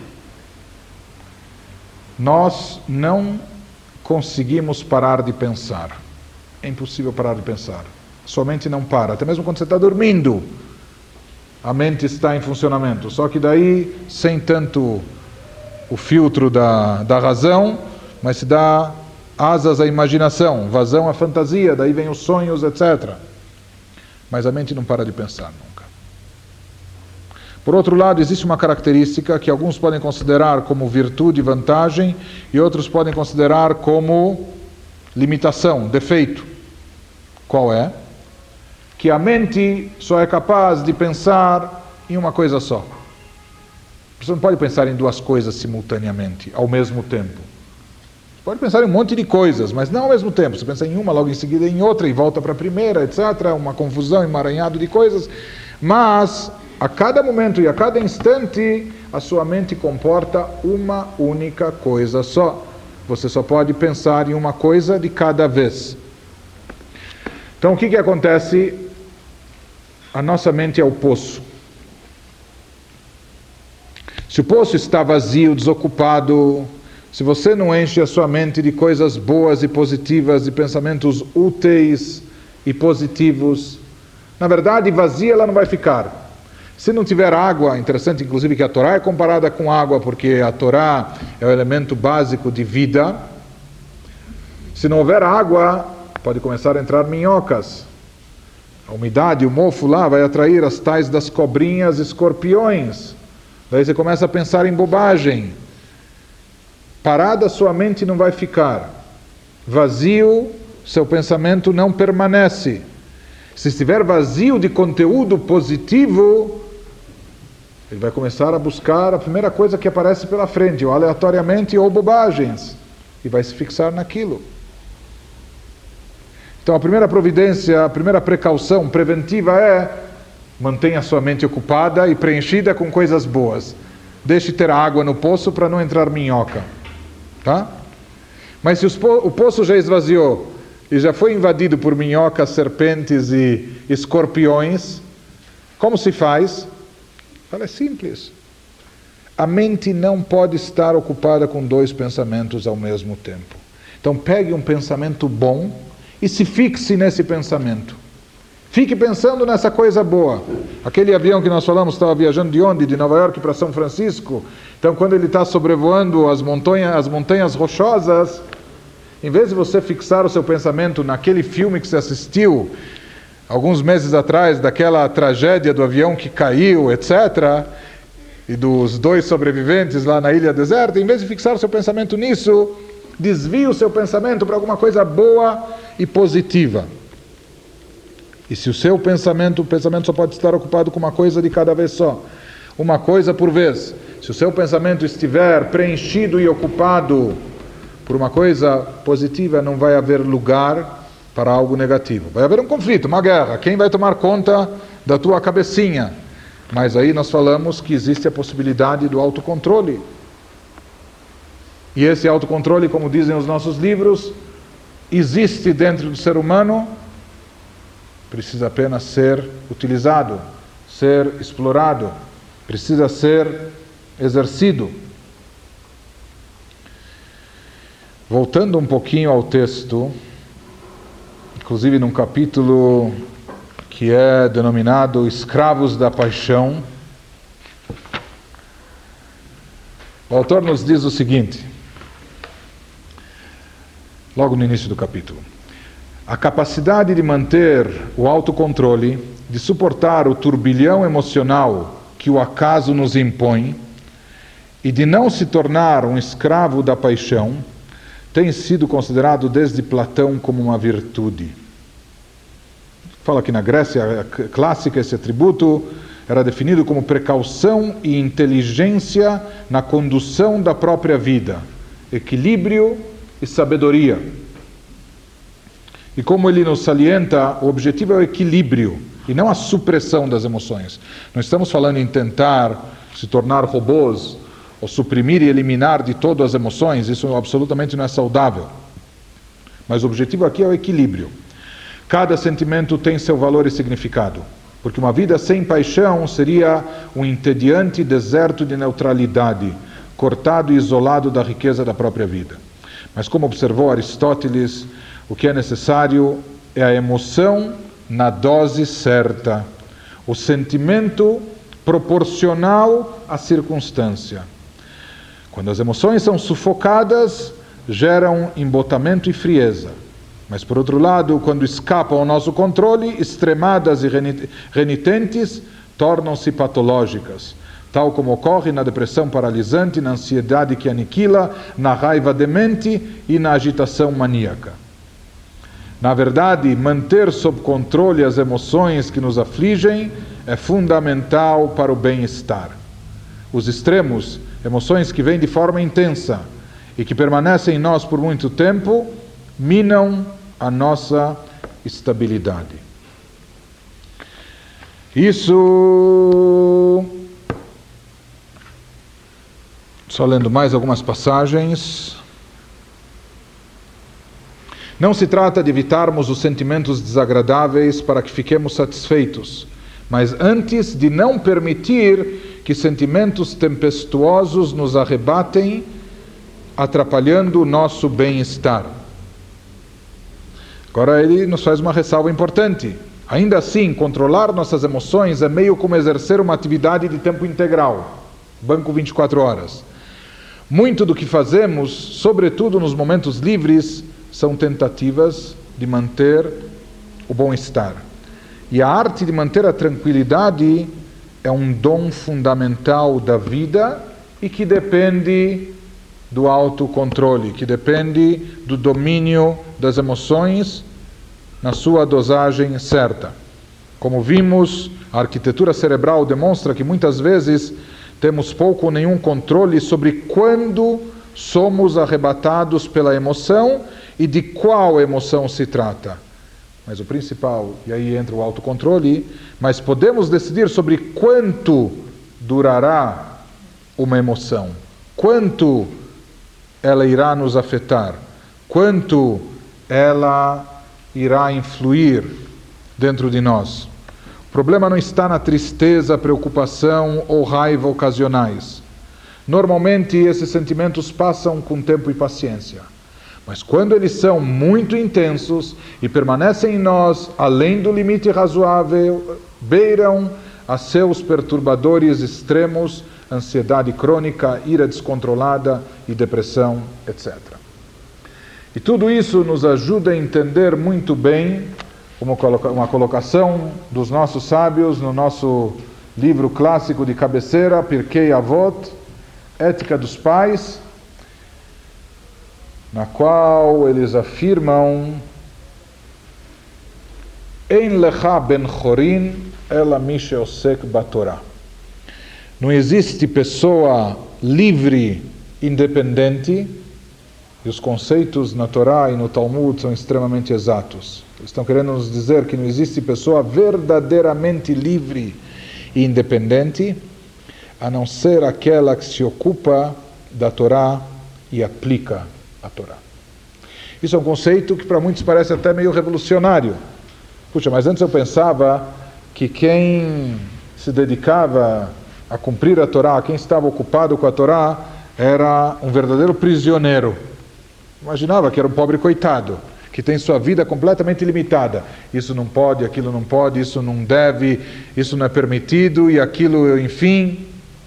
Nós não conseguimos parar de pensar. É impossível parar de pensar. Sua mente não para. Até mesmo quando você está dormindo, a mente está em funcionamento. Só que daí, sem tanto o filtro da, da razão, mas se dá asas à imaginação, vazão à fantasia, daí vem os sonhos, etcétera. Mas a mente não para de pensar nunca. Por outro lado, existe uma característica que alguns podem considerar como virtude e vantagem, e outros podem considerar como limitação, defeito. Qual é? Que a mente só é capaz de pensar em uma coisa só. Você não pode pensar em duas coisas simultaneamente, ao mesmo tempo. Você pode pensar em um monte de coisas, mas não ao mesmo tempo. Você pensa em uma, logo em seguida em outra, e volta para a primeira, etcétera. Uma confusão, um emaranhado de coisas. Mas, a cada momento e a cada instante, a sua mente comporta uma única coisa só. Você só pode pensar em uma coisa de cada vez. Então, o que que acontece? A nossa mente é o poço. Se o poço está vazio, desocupado, se você não enche a sua mente de coisas boas e positivas, de pensamentos úteis e positivos, na verdade, vazia ela não vai ficar. Se não tiver água, interessante inclusive que a Torá é comparada com água, porque a Torá é o elemento básico de vida. Se não houver água, pode começar a entrar minhocas. A umidade, o mofo lá vai atrair as tais das cobrinhas e escorpiões. Daí você começa a pensar em bobagem. Parada sua mente não vai ficar. Vazio, seu pensamento não permanece. Se estiver vazio de conteúdo positivo, ele vai começar a buscar a primeira coisa que aparece pela frente, ou aleatoriamente, ou bobagens, e vai se fixar naquilo. Então a primeira providência, a primeira precaução preventiva é: mantenha sua mente ocupada e preenchida com coisas boas. Deixe ter água no poço para não entrar minhoca. Tá? Mas se o poço já esvaziou e já foi invadido por minhocas, serpentes e escorpiões, como se faz? Fala, é simples. A mente não pode estar ocupada com dois pensamentos ao mesmo tempo. Então pegue um pensamento bom e se fixe nesse pensamento. Fique pensando nessa coisa boa. Aquele avião que nós falamos estava viajando de onde? De Nova York para São Francisco. Então quando ele está sobrevoando as montanhas, as montanhas rochosas, em vez de você fixar o seu pensamento naquele filme que você assistiu alguns meses atrás, daquela tragédia do avião que caiu, etcétera, e dos dois sobreviventes lá na ilha deserta, em vez de fixar o seu pensamento nisso, desvie o seu pensamento para alguma coisa boa e positiva. E se o seu pensamento, o pensamento só pode estar ocupado com uma coisa de cada vez só, uma coisa por vez. Se o seu pensamento estiver preenchido e ocupado por uma coisa positiva, não vai haver lugar para algo negativo. Vai haver um conflito, uma guerra. Quem vai tomar conta da tua cabecinha? Mas aí nós falamos que existe a possibilidade do autocontrole. E esse autocontrole, como dizem os nossos livros, existe dentro do ser humano, precisa apenas ser utilizado, ser explorado, precisa ser exercido. Voltando um pouquinho ao texto, inclusive num capítulo que é denominado Escravos da Paixão, o autor nos diz o seguinte, logo no início do capítulo: a capacidade de manter o autocontrole, de suportar o turbilhão emocional que o acaso nos impõe e de não se tornar um escravo da paixão, tem sido considerado desde Platão como uma virtude. Fala que na Grécia clássica esse atributo era definido como precaução e inteligência na condução da própria vida, equilíbrio e sabedoria. E como ele nos salienta, o objetivo é o equilíbrio e não a supressão das emoções. Não estamos falando em tentar se tornar robôs ou suprimir e eliminar de todas as emoções, isso absolutamente não é saudável. Mas o objetivo aqui é o equilíbrio. Cada sentimento tem seu valor e significado, porque uma vida sem paixão seria um entediante deserto de neutralidade, cortado e isolado da riqueza da própria vida. Mas como observou Aristóteles, o que é necessário é a emoção na dose certa, o sentimento proporcional à circunstância. Quando as emoções são sufocadas, geram embotamento e frieza. Mas, por outro lado, quando escapam ao nosso controle, extremadas e renitentes, tornam-se patológicas, tal como ocorre na depressão paralisante, na ansiedade que aniquila, na raiva demente e na agitação maníaca. Na verdade, manter sob controle as emoções que nos afligem é fundamental para o bem-estar. Os extremos, emoções que vêm de forma intensa e que permanecem em nós por muito tempo, minam a nossa estabilidade. Isso... Só lendo mais algumas passagens. Não se trata de evitarmos os sentimentos desagradáveis para que fiquemos satisfeitos, mas antes de não permitir que sentimentos tempestuosos nos arrebatem, atrapalhando o nosso bem-estar. Agora ele nos faz uma ressalva importante. Ainda assim, controlar nossas emoções é meio como exercer uma atividade de tempo integral, banco vinte e quatro horas. Muito do que fazemos, sobretudo nos momentos livres, são tentativas de manter o bom-estar. E a arte de manter a tranquilidade é um dom fundamental da vida e que depende do autocontrole, que depende do domínio das emoções na sua dosagem certa. Como vimos, a arquitetura cerebral demonstra que muitas vezes temos pouco ou nenhum controle sobre quando somos arrebatados pela emoção e de qual emoção se trata. Mas o principal, e aí entra o autocontrole, mas podemos decidir sobre quanto durará uma emoção, quanto ela irá nos afetar, quanto ela irá influir dentro de nós. O problema não está na tristeza, preocupação ou raiva ocasionais. Normalmente esses sentimentos passam com tempo e paciência. Mas quando eles são muito intensos e permanecem em nós além do limite razoável, beiram a seus perturbadores extremos, ansiedade crônica, ira descontrolada e depressão, etcétera. E tudo isso nos ajuda a entender muito bem uma colocação dos nossos sábios no nosso livro clássico de cabeceira, Pirkei Avot, Ética dos Pais, na qual eles afirmam: Ein lecha ben chorin ela mi sheosek batorá. Não existe pessoa livre, independente, e os conceitos na Torá e no Talmud são extremamente exatos. Eles estão querendo nos dizer que não existe pessoa verdadeiramente livre e independente, a não ser aquela que se ocupa da Torá e aplica a Torá. Isso é um conceito que para muitos parece até meio revolucionário. Puxa, mas antes eu pensava que quem se dedicava a cumprir a Torá, quem estava ocupado com a Torá, era um verdadeiro prisioneiro. Imaginava que era um pobre coitado, que tem sua vida completamente limitada. Isso não pode, aquilo não pode, isso não deve, isso não é permitido, e aquilo, enfim.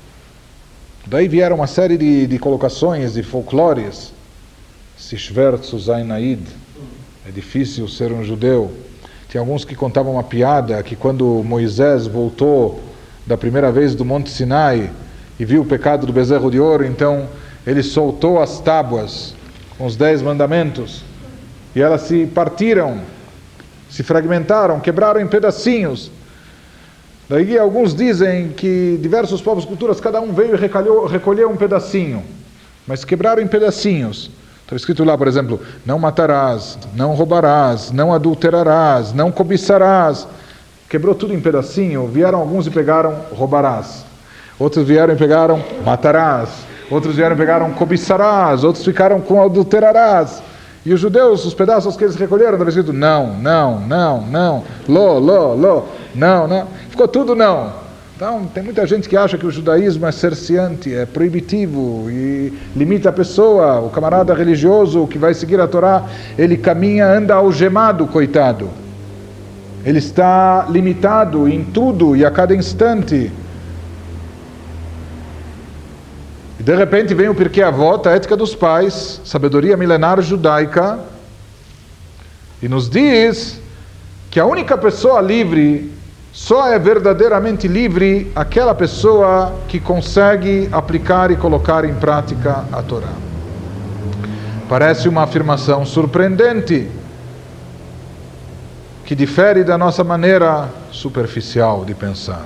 Daí vieram uma série de, de colocações, de folclores. Sishvert Suzainaid, é difícil ser um judeu. Tinha alguns que contavam uma piada, que quando Moisés voltou da primeira vez do Monte Sinai e viu o pecado do bezerro de ouro, então ele soltou as tábuas com os dez mandamentos, e elas se partiram, se fragmentaram, quebraram em pedacinhos. Daí alguns dizem que diversos povos e culturas, cada um veio e recolheu, recolheu um pedacinho, mas quebraram em pedacinhos. Está escrito lá, por exemplo, não matarás, não roubarás, não adulterarás, não cobiçarás. Quebrou tudo em pedacinho. Vieram alguns e pegaram roubarás. Outros vieram e pegaram matarás. Outros vieram e pegaram cobiçarás. Outros ficaram com adulterarás. E os judeus, os pedaços que eles recolheram, estava escrito não, não, não, não, lo, lo, lo, não, não. Ficou tudo não. Então, tem muita gente que acha que o judaísmo é cerceante, é proibitivo e limita a pessoa. O camarada religioso que vai seguir a Torá, ele caminha, anda algemado, coitado. Ele está limitado em tudo e a cada instante. E de repente vem o Pirkei Avot, a ética dos pais, sabedoria milenar judaica, e nos diz que a única pessoa livre, só é verdadeiramente livre aquela pessoa que consegue aplicar e colocar em prática a Torá. Parece uma afirmação surpreendente, que difere da nossa maneira superficial de pensar.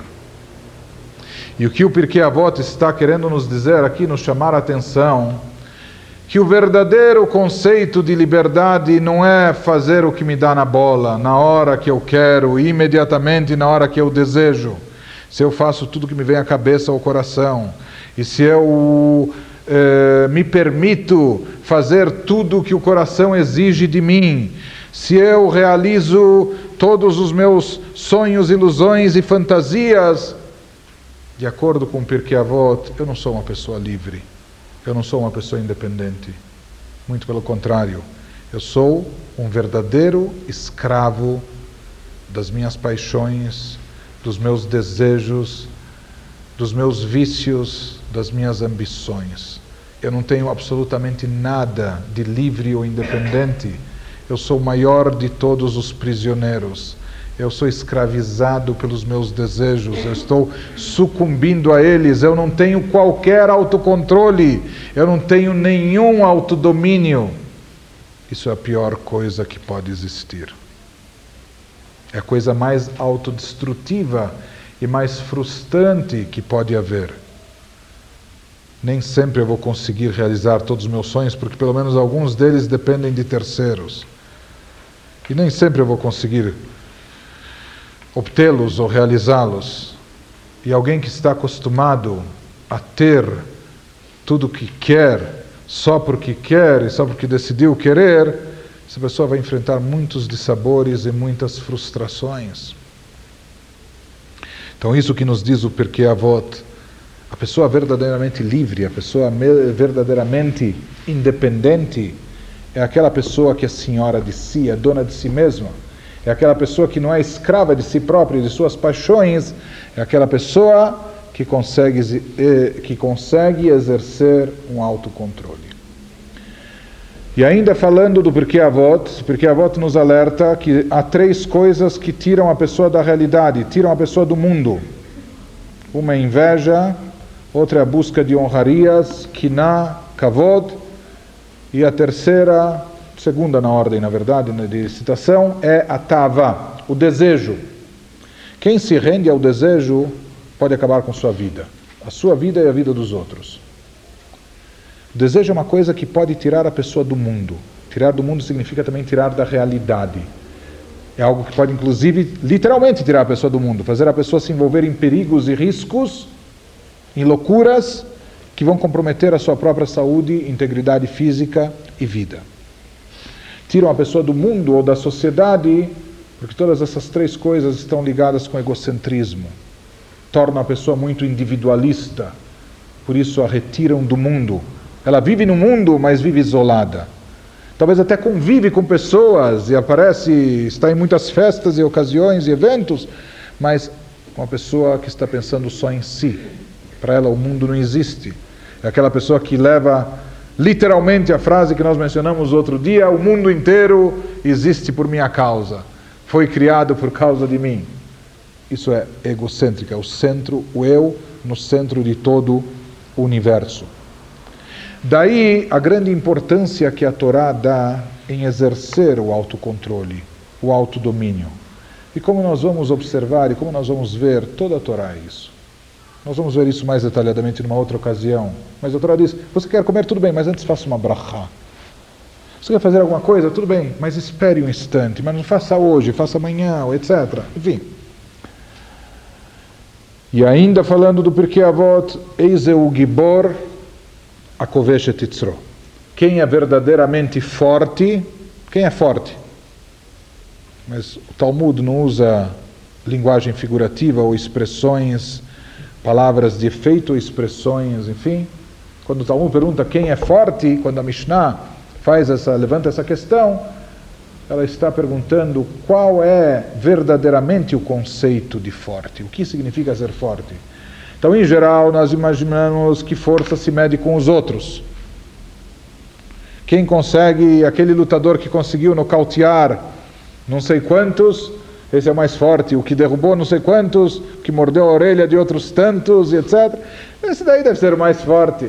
E o que o Pirkei Avot está querendo nos dizer aqui, nos chamar a atenção, que o verdadeiro conceito de liberdade não é fazer o que me dá na bola, na hora que eu quero, imediatamente na hora que eu desejo. Se eu faço tudo que me vem à cabeça ou ao coração, e se eu eh, me permito fazer tudo o que o coração exige de mim, se eu realizo todos os meus sonhos, ilusões e fantasias, de acordo com o Pirkei Avot, eu não sou uma pessoa livre. Eu não sou uma pessoa independente. Muito pelo contrário. Eu sou um verdadeiro escravo das minhas paixões, dos meus desejos, dos meus vícios, das minhas ambições. Eu não tenho absolutamente nada de livre ou independente. Eu sou o maior de todos os prisioneiros. Eu sou escravizado pelos meus desejos, eu estou sucumbindo a eles, eu não tenho qualquer autocontrole, eu não tenho nenhum autodomínio. Isso é a pior coisa que pode existir. É a coisa mais autodestrutiva e mais frustrante que pode haver. Nem sempre eu vou conseguir realizar todos os meus sonhos, porque pelo menos alguns deles dependem de terceiros. E nem sempre eu vou conseguir obtê-los ou realizá-los. E alguém que está acostumado a ter tudo o que quer, só porque quer e só porque decidiu querer, essa pessoa vai enfrentar muitos dissabores e muitas frustrações. Então isso que nos diz o Pirkei Avot, a pessoa verdadeiramente livre, a pessoa verdadeiramente independente, é aquela pessoa que é senhora de si, é dona de si mesma. É aquela pessoa que não é escrava de si própria e de suas paixões. É aquela pessoa que consegue, que consegue exercer um autocontrole. E ainda falando do Pirkei Avot, Pirkei Avot nos alerta que há três coisas que tiram a pessoa da realidade, tiram a pessoa do mundo. Uma é inveja, outra é a busca de honrarias, kiná, kavod, e a terceira, segunda na ordem, na verdade, de citação, é a tava, o desejo. Quem se rende ao desejo pode acabar com sua vida, a sua vida e a vida dos outros. O desejo é uma coisa que pode tirar a pessoa do mundo. Tirar do mundo significa também tirar da realidade. É algo que pode, inclusive, literalmente tirar a pessoa do mundo, fazer a pessoa se envolver em perigos e riscos, em loucuras, que vão comprometer a sua própria saúde, integridade física e vida. Tiram a pessoa do mundo ou da sociedade, porque todas essas três coisas estão ligadas com o egocentrismo. Tornam a pessoa muito individualista, por isso a retiram do mundo. Ela vive no mundo, mas vive isolada. Talvez até convive com pessoas e aparece, está em muitas festas e ocasiões e eventos, mas uma pessoa que está pensando só em si. Para ela o mundo não existe. É aquela pessoa que leva literalmente a frase que nós mencionamos outro dia: o mundo inteiro existe por minha causa, foi criado por causa de mim. Isso é egocêntrico, é o centro, o eu no centro de todo o universo. Daí a grande importância que a Torá dá em exercer o autocontrole, o autodomínio. E como nós vamos observar e como nós vamos ver, toda a Torá é isso. Nós vamos ver isso mais detalhadamente numa outra ocasião. Mas a Torá diz: você quer comer? Tudo bem, mas antes faça uma brachá. Você quer fazer alguma coisa? Tudo bem, mas espere um instante, mas não faça hoje, faça amanhã, etcétera. Enfim. E ainda falando do Pirkei Avot, eis o gibor akovesh et yitzro. Quem é verdadeiramente forte, quem é forte? Mas o Talmud não usa linguagem figurativa ou expressões, palavras de efeito ou expressões, enfim. Quando o Talmud pergunta quem é forte, quando a Mishnah faz essa, levanta essa questão, ela está perguntando qual é verdadeiramente o conceito de forte, o que significa ser forte. Então, em geral, nós imaginamos que força se mede com os outros. Quem consegue, aquele lutador que conseguiu nocautear não sei quantos, esse é o mais forte. O que derrubou não sei quantos, o que mordeu a orelha de outros tantos, e etcétera. Esse daí deve ser o mais forte.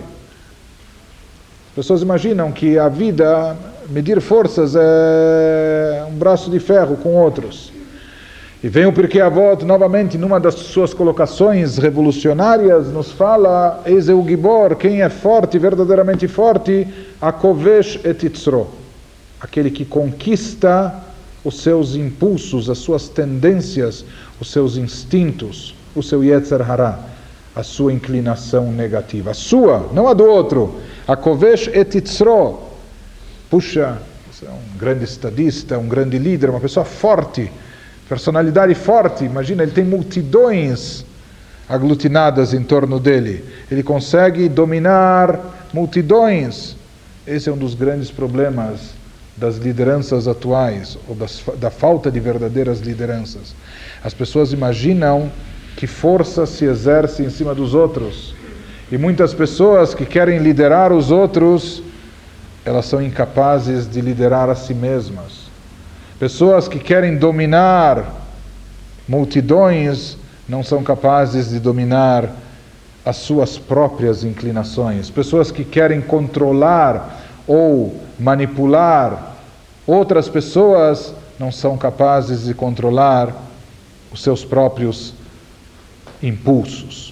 As pessoas imaginam que a vida, medir forças, é um braço de ferro com outros. E vem o Pirkei Avot, novamente, numa das suas colocações revolucionárias, nos fala: eis o gibor, quem é forte, verdadeiramente forte, akovesh et yitzro, aquele que conquista os seus impulsos, as suas tendências, os seus instintos, o seu yetzer hara, a sua inclinação negativa, a sua, não a do outro. Akovesh et yitzro, puxa, você é um grande estadista, um grande líder, uma pessoa forte, personalidade forte, imagina, ele tem multidões aglutinadas em torno dele, ele consegue dominar multidões. Esse é um dos grandes problemas das lideranças atuais, ou das, da falta de verdadeiras lideranças. As pessoas imaginam que força se exerce em cima dos outros, e muitas pessoas que querem liderar os outros, elas são incapazes de liderar a si mesmas. Pessoas que querem dominar multidões não são capazes de dominar as suas próprias inclinações. Pessoas que querem controlar ou manipular outras pessoas não são capazes de controlar os seus próprios impulsos.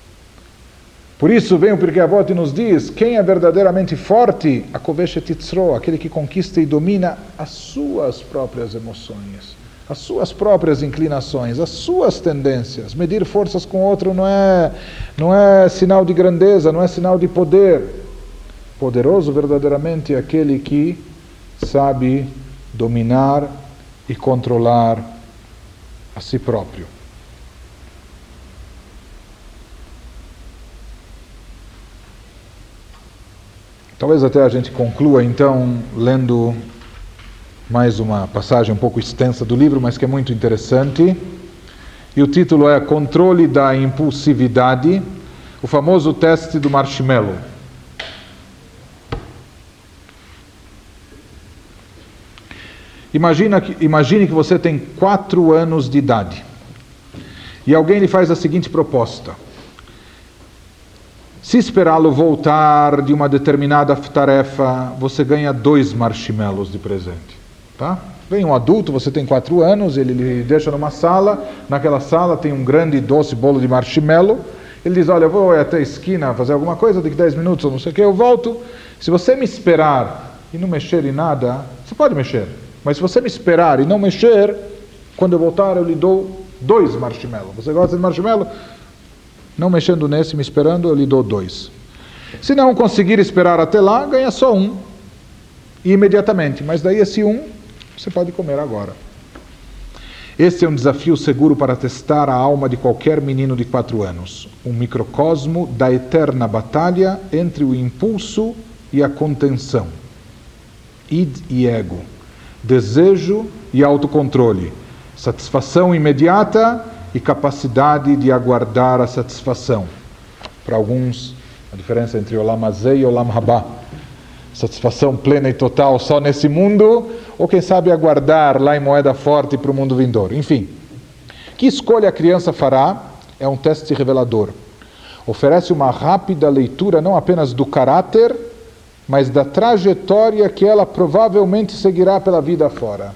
Por isso vem o Pirkei Avot e nos diz: quem é verdadeiramente forte, akovesh et yitzro, aquele que conquista e domina as suas próprias emoções, as suas próprias inclinações, as suas tendências. Medir forças com outro não é, não é sinal de grandeza, não é sinal de poder. Poderoso verdadeiramente é aquele que sabe dominar e controlar a si próprio. Talvez até a gente conclua então lendo mais uma passagem um pouco extensa do livro, mas que é muito interessante. E o título é Controle da Impulsividade, o famoso teste do marshmallow. Imagina que, imagine que você tem quatro anos de idade e alguém lhe faz a seguinte proposta. Se esperá-lo voltar de uma determinada tarefa, você ganha dois marshmallows de presente. Tá? Vem um adulto, você tem quatro anos, ele lhe deixa numa sala, naquela sala tem um grande doce bolo de marshmallow, ele diz, olha, eu vou até a esquina fazer alguma coisa, daqui dez minutos ou não sei o que, eu volto. Se você me esperar e não mexer em nada, você pode mexer, mas se você me esperar e não mexer, quando eu voltar eu lhe dou dois marshmallows. Você gosta de marshmallow? Não mexendo nesse, me esperando, eu lhe dou dois. Se não conseguir esperar até lá, ganha só um. E imediatamente. Mas daí esse um, você pode comer agora. Esse é um desafio seguro para testar a alma de qualquer menino de quatro anos. Um microcosmo da eterna batalha entre o impulso e a contenção. Id e ego. Desejo e autocontrole. Satisfação imediata e capacidade de aguardar a satisfação. Para alguns, a diferença entre Olam Hazeh e Olam Haba. Satisfação plena e total só nesse mundo, ou quem sabe aguardar lá em moeda forte para o mundo vindouro. Enfim, que escolha a criança fará é um teste revelador. Oferece uma rápida leitura não apenas do caráter, mas da trajetória que ela provavelmente seguirá pela vida fora.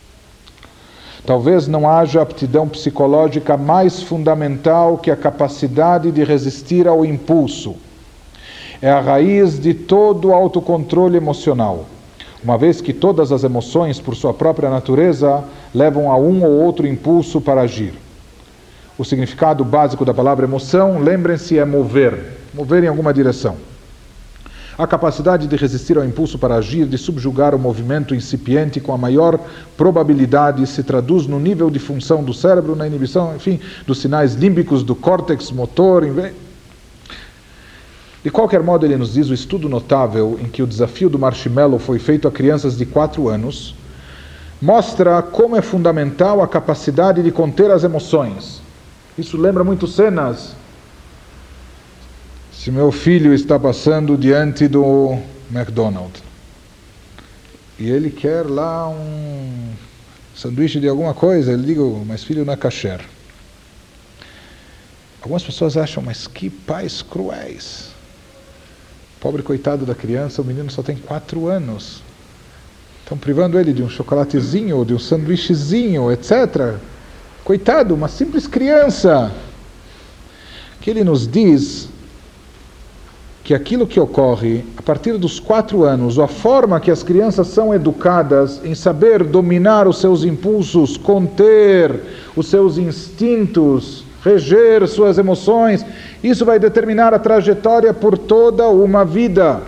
Talvez não haja aptidão psicológica mais fundamental que a capacidade de resistir ao impulso. É a raiz de todo o autocontrole emocional, uma vez que todas as emoções, por sua própria natureza, levam a um ou outro impulso para agir. O significado básico da palavra emoção, lembrem-se, é mover, mover em alguma direção. A capacidade de resistir ao impulso para agir, de subjugar o movimento incipiente com a maior probabilidade se traduz no nível de função do cérebro, na inibição, enfim, dos sinais límbicos do córtex motor. De qualquer modo, ele nos diz o estudo notável em que o desafio do marshmallow foi feito a crianças de quatro anos, mostra como é fundamental a capacidade de conter as emoções. Isso lembra muito cenas. Se meu filho está passando diante do McDonald's e ele quer lá um sanduíche de alguma coisa, ele diz, mas filho não é kasher. Algumas pessoas acham, mas que pais cruéis. Pobre coitado da criança, o menino só tem quatro anos. Estão privando ele de um chocolatezinho, de um sanduíchezinho, etcétera. Coitado, uma simples criança. Que ele nos diz que aquilo que ocorre a partir dos quatro anos, a forma que as crianças são educadas em saber dominar os seus impulsos, conter os seus instintos, reger suas emoções, isso vai determinar a trajetória por toda uma vida.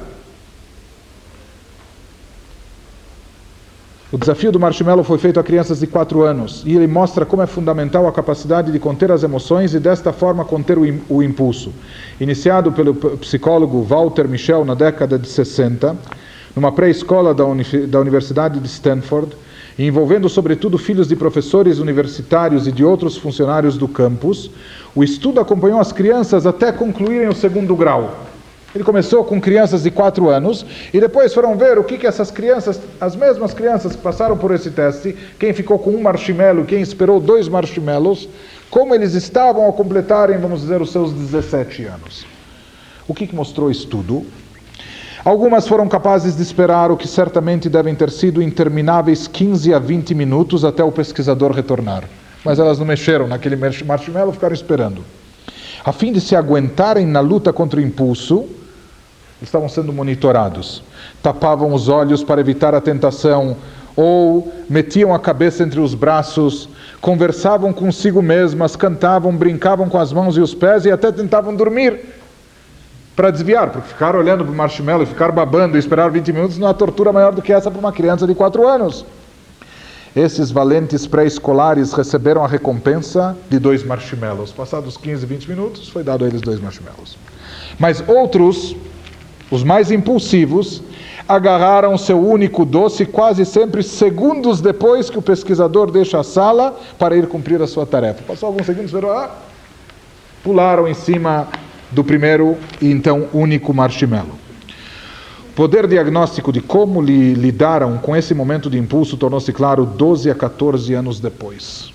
O desafio do marshmallow foi feito a crianças de quatro anos e ele mostra como é fundamental a capacidade de conter as emoções e desta forma conter o, o impulso. Iniciado pelo psicólogo Walter Mischel na década de sessenta, numa pré-escola da, uni da Universidade de Stanford, e envolvendo sobretudo filhos de professores universitários e de outros funcionários do campus, o estudo acompanhou as crianças até concluírem o segundo grau. Ele começou com crianças de quatro anos e depois foram ver o que, que essas crianças, as mesmas crianças que passaram por esse teste, quem ficou com um marshmallow, quem esperou dois marshmallows, como eles estavam ao completarem, vamos dizer, os seus dezessete anos. O que, que mostrou o estudo? Algumas foram capazes de esperar o que certamente devem ter sido intermináveis quinze a vinte minutos até o pesquisador retornar. Mas elas não mexeram naquele marshmallow, ficaram esperando. A fim de se aguentarem na luta contra o impulso, estavam sendo monitorados. Tapavam os olhos para evitar a tentação, ou metiam a cabeça entre os braços, conversavam consigo mesmas, cantavam, brincavam com as mãos e os pés e até tentavam dormir para desviar, porque ficar olhando para o marshmallow e ficar babando e esperar vinte minutos não há tortura maior do que essa para uma criança de quatro anos. Esses valentes pré-escolares receberam a recompensa de dois marshmallows. Passados quinze, vinte minutos, foi dado a eles dois marshmallows. Mas outros, os mais impulsivos, agarraram seu único doce quase sempre segundos depois que o pesquisador deixa a sala para ir cumprir a sua tarefa. Passou alguns segundos, viram, ah, pularam em cima do primeiro e então único marshmallow. poder diagnóstico de como li, lidaram com esse momento de impulso tornou-se claro doze a quatorze anos depois,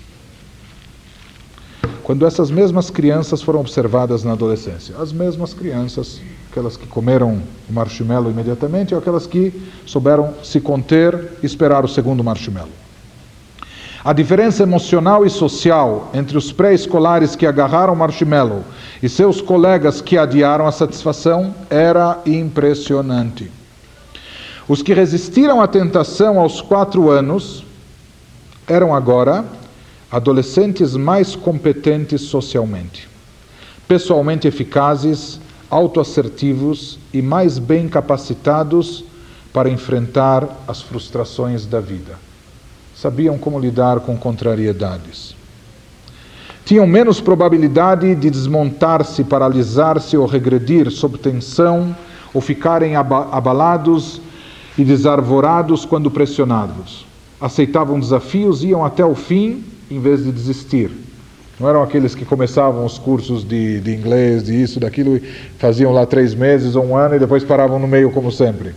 quando essas mesmas crianças foram observadas na adolescência. As mesmas crianças, aquelas que comeram o marshmallow imediatamente, ou aquelas que souberam se conter e esperar o segundo marshmallow. A diferença emocional e social entre os pré-escolares que agarraram o marshmallow e seus colegas que adiaram a satisfação era impressionante. Os que resistiram à tentação aos quatro anos eram agora adolescentes mais competentes socialmente, pessoalmente eficazes, autoassertivos e mais bem capacitados para enfrentar as frustrações da vida. Sabiam como lidar com contrariedades. Tinham menos probabilidade de desmontar-se, paralisar-se ou regredir sob tensão, ou ficarem abalados e desarvorados quando pressionados. Aceitavam desafios, iam até o fim, em vez de desistir. Não eram aqueles que começavam os cursos de, de inglês, de isso, daquilo, e faziam lá três meses ou um ano e depois paravam no meio como sempre.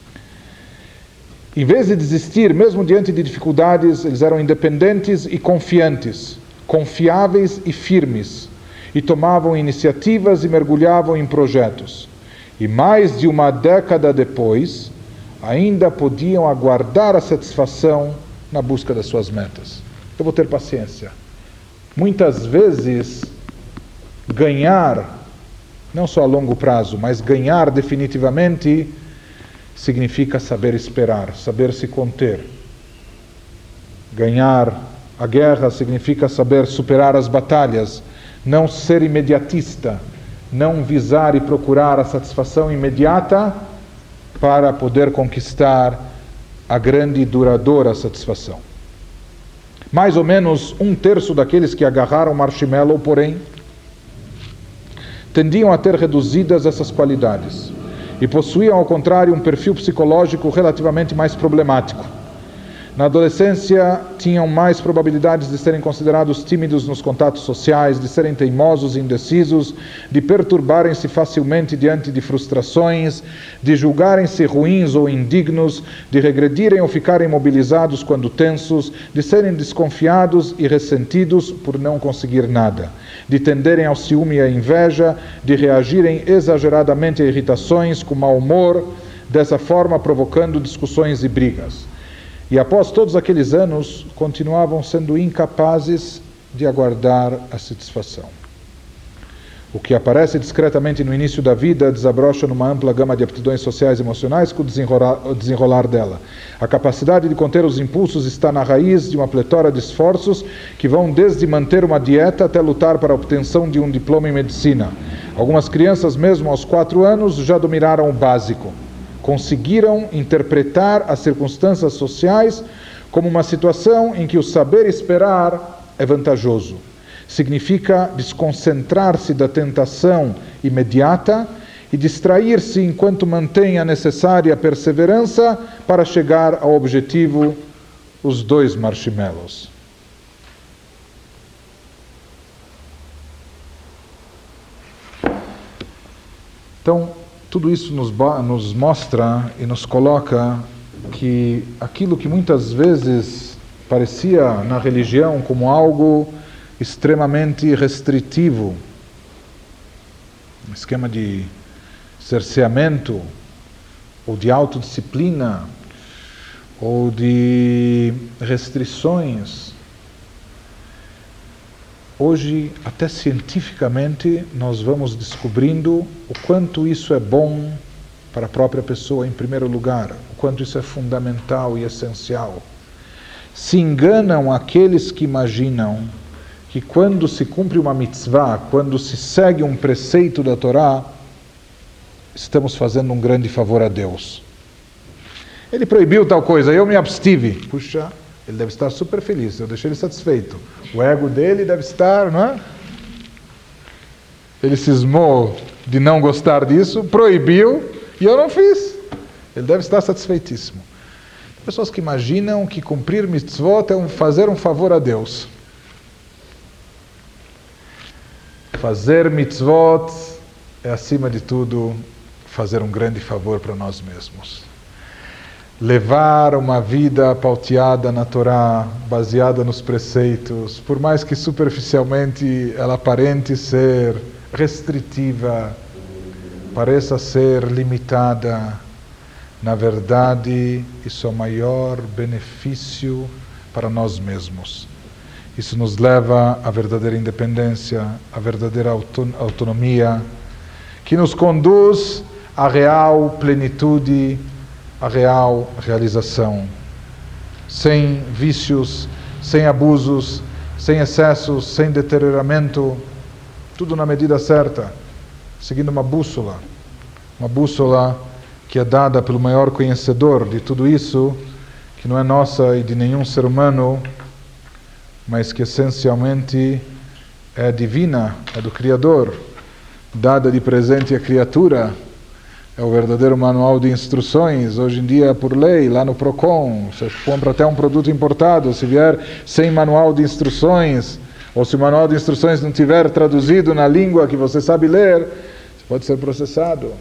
Em vez de desistir, mesmo diante de dificuldades, eles eram independentes e confiantes, confiáveis e firmes, e tomavam iniciativas e mergulhavam em projetos. E mais de uma década depois, ainda podiam aguardar a satisfação na busca das suas metas. Eu vou ter paciência. Muitas vezes, ganhar, não só a longo prazo, mas ganhar definitivamente, significa saber esperar, saber se conter. Ganhar a guerra significa saber superar as batalhas, não ser imediatista, não visar e procurar a satisfação imediata para poder conquistar a grande e duradoura satisfação. Mais ou menos um terço daqueles que agarraram marshmallow, porém, tendiam a ter reduzidas essas qualidades e possuíam, ao contrário, um perfil psicológico relativamente mais problemático. Na adolescência, tinham mais probabilidades de serem considerados tímidos nos contatos sociais, de serem teimosos e indecisos, de perturbarem-se facilmente diante de frustrações, de julgarem-se ruins ou indignos, de regredirem ou ficarem imobilizados quando tensos, de serem desconfiados e ressentidos por não conseguir nada, de tenderem ao ciúme e à inveja, de reagirem exageradamente a irritações, com mau humor, dessa forma provocando discussões e brigas. E após todos aqueles anos, continuavam sendo incapazes de aguardar a satisfação. O que aparece discretamente no início da vida desabrocha numa ampla gama de aptidões sociais e emocionais com o desenrolar, o desenrolar dela. A capacidade de conter os impulsos está na raiz de uma pletora de esforços que vão desde manter uma dieta até lutar para a obtenção de um diploma em medicina. Algumas crianças, mesmo aos quatro anos, já dominaram o básico. Conseguiram interpretar as circunstâncias sociais como uma situação em que o saber esperar é vantajoso. Significa desconcentrar-se da tentação imediata e distrair-se enquanto mantém a necessária perseverança para chegar ao objetivo, os dois marshmallows. Então, tudo isso nos, nos mostra e nos coloca que aquilo que muitas vezes parecia na religião como algo extremamente restritivo, um esquema de cerceamento, ou de autodisciplina, ou de restrições, hoje, até cientificamente, nós vamos descobrindo o quanto isso é bom para a própria pessoa, em primeiro lugar, o quanto isso é fundamental e essencial. Se enganam aqueles que imaginam que quando se cumpre uma mitzvah, quando se segue um preceito da Torá, estamos fazendo um grande favor a Deus. Ele proibiu tal coisa, eu me abstive. Puxa, ele deve estar super feliz, eu deixei ele satisfeito. O ego dele deve estar, não é? Ele cismou de não gostar disso, proibiu, e eu não fiz. Ele deve estar satisfeitíssimo. Pessoas que imaginam que cumprir mitzvot é um, fazer um favor a Deus. Fazer mitzvot é, acima de tudo, fazer um grande favor para nós mesmos. Levar uma vida pauteada na Torá, baseada nos preceitos, por mais que superficialmente ela aparente ser restritiva, pareça ser limitada, na verdade, isso é o maior benefício para nós mesmos. Isso nos leva à verdadeira independência, à verdadeira autonomia, que nos conduz à real plenitude, à real realização. Sem vícios, sem abusos, sem excessos, sem deterioramento, tudo na medida certa, seguindo uma bússola, uma bússola que é dada pelo maior conhecedor de tudo isso, que não é nossa e de nenhum ser humano, mas que essencialmente é divina, é do Criador, dada de presente à criatura, é o verdadeiro manual de instruções, hoje em dia por lei, lá no Procon, você compra até um produto importado, se vier sem manual de instruções, ou se o manual de instruções não tiver traduzido na língua que você sabe ler, você pode ser processado.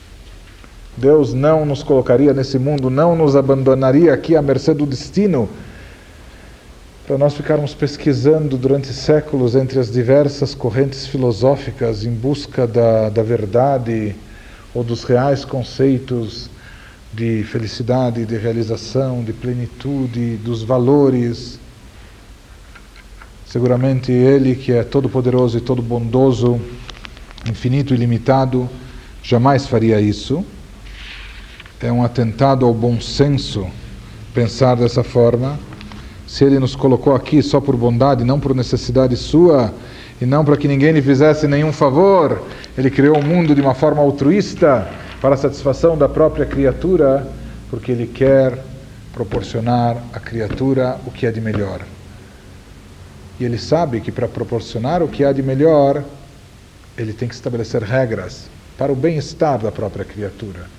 Deus não nos colocaria nesse mundo, não nos abandonaria aqui à mercê do destino, para nós ficarmos pesquisando durante séculos entre as diversas correntes filosóficas em busca da, da verdade ou dos reais conceitos de felicidade, de realização, de plenitude, dos valores. Seguramente Ele, que é todo-poderoso e todo-bondoso, infinito e ilimitado, jamais faria isso. É um atentado ao bom senso pensar dessa forma. Se Ele nos colocou aqui só por bondade, não por necessidade sua, e não para que ninguém lhe fizesse nenhum favor, Ele criou o mundo de uma forma altruísta, para a satisfação da própria criatura, porque Ele quer proporcionar à criatura o que é de melhor. E Ele sabe que para proporcionar o que há de melhor, Ele tem que estabelecer regras para o bem-estar da própria criatura.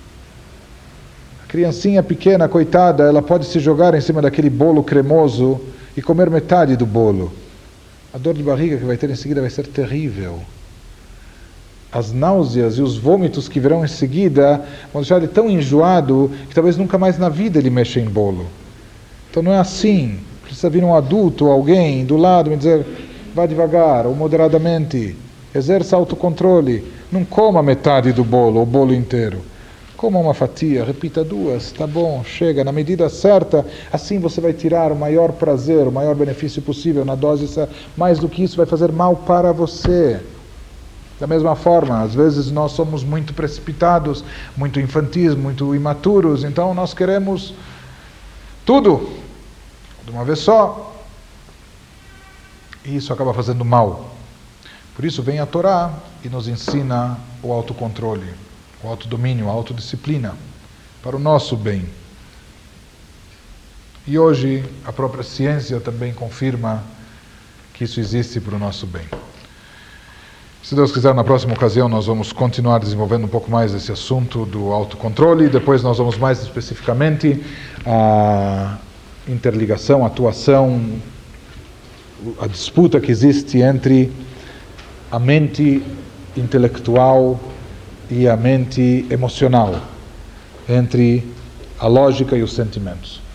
Criancinha pequena, coitada, ela pode se jogar em cima daquele bolo cremoso e comer metade do bolo. A dor de barriga que vai ter em seguida vai ser terrível. As náuseas e os vômitos que virão em seguida vão deixar ele tão enjoado que talvez nunca mais na vida ele mexa em bolo. Então não é assim. Precisa vir um adulto, alguém do lado e dizer, vá devagar ou moderadamente, exerça autocontrole, não coma metade do bolo, o bolo inteiro. Coma uma fatia, repita duas, tá bom, chega, na medida certa, assim você vai tirar o maior prazer, o maior benefício possível na dose, mais do que isso vai fazer mal para você. Da mesma forma, às vezes nós somos muito precipitados, muito infantis, muito imaturos, então nós queremos tudo, de uma vez só, e isso acaba fazendo mal. Por isso vem a Torá e nos ensina o autocontrole, o autodomínio, a autodisciplina, para o nosso bem. E hoje a própria ciência também confirma que isso existe para o nosso bem. Se Deus quiser, na próxima ocasião nós vamos continuar desenvolvendo um pouco mais esse assunto do autocontrole, e depois nós vamos mais especificamente a interligação, a atuação, a disputa que existe entre a mente intelectual e a mente emocional, entre a lógica e os sentimentos.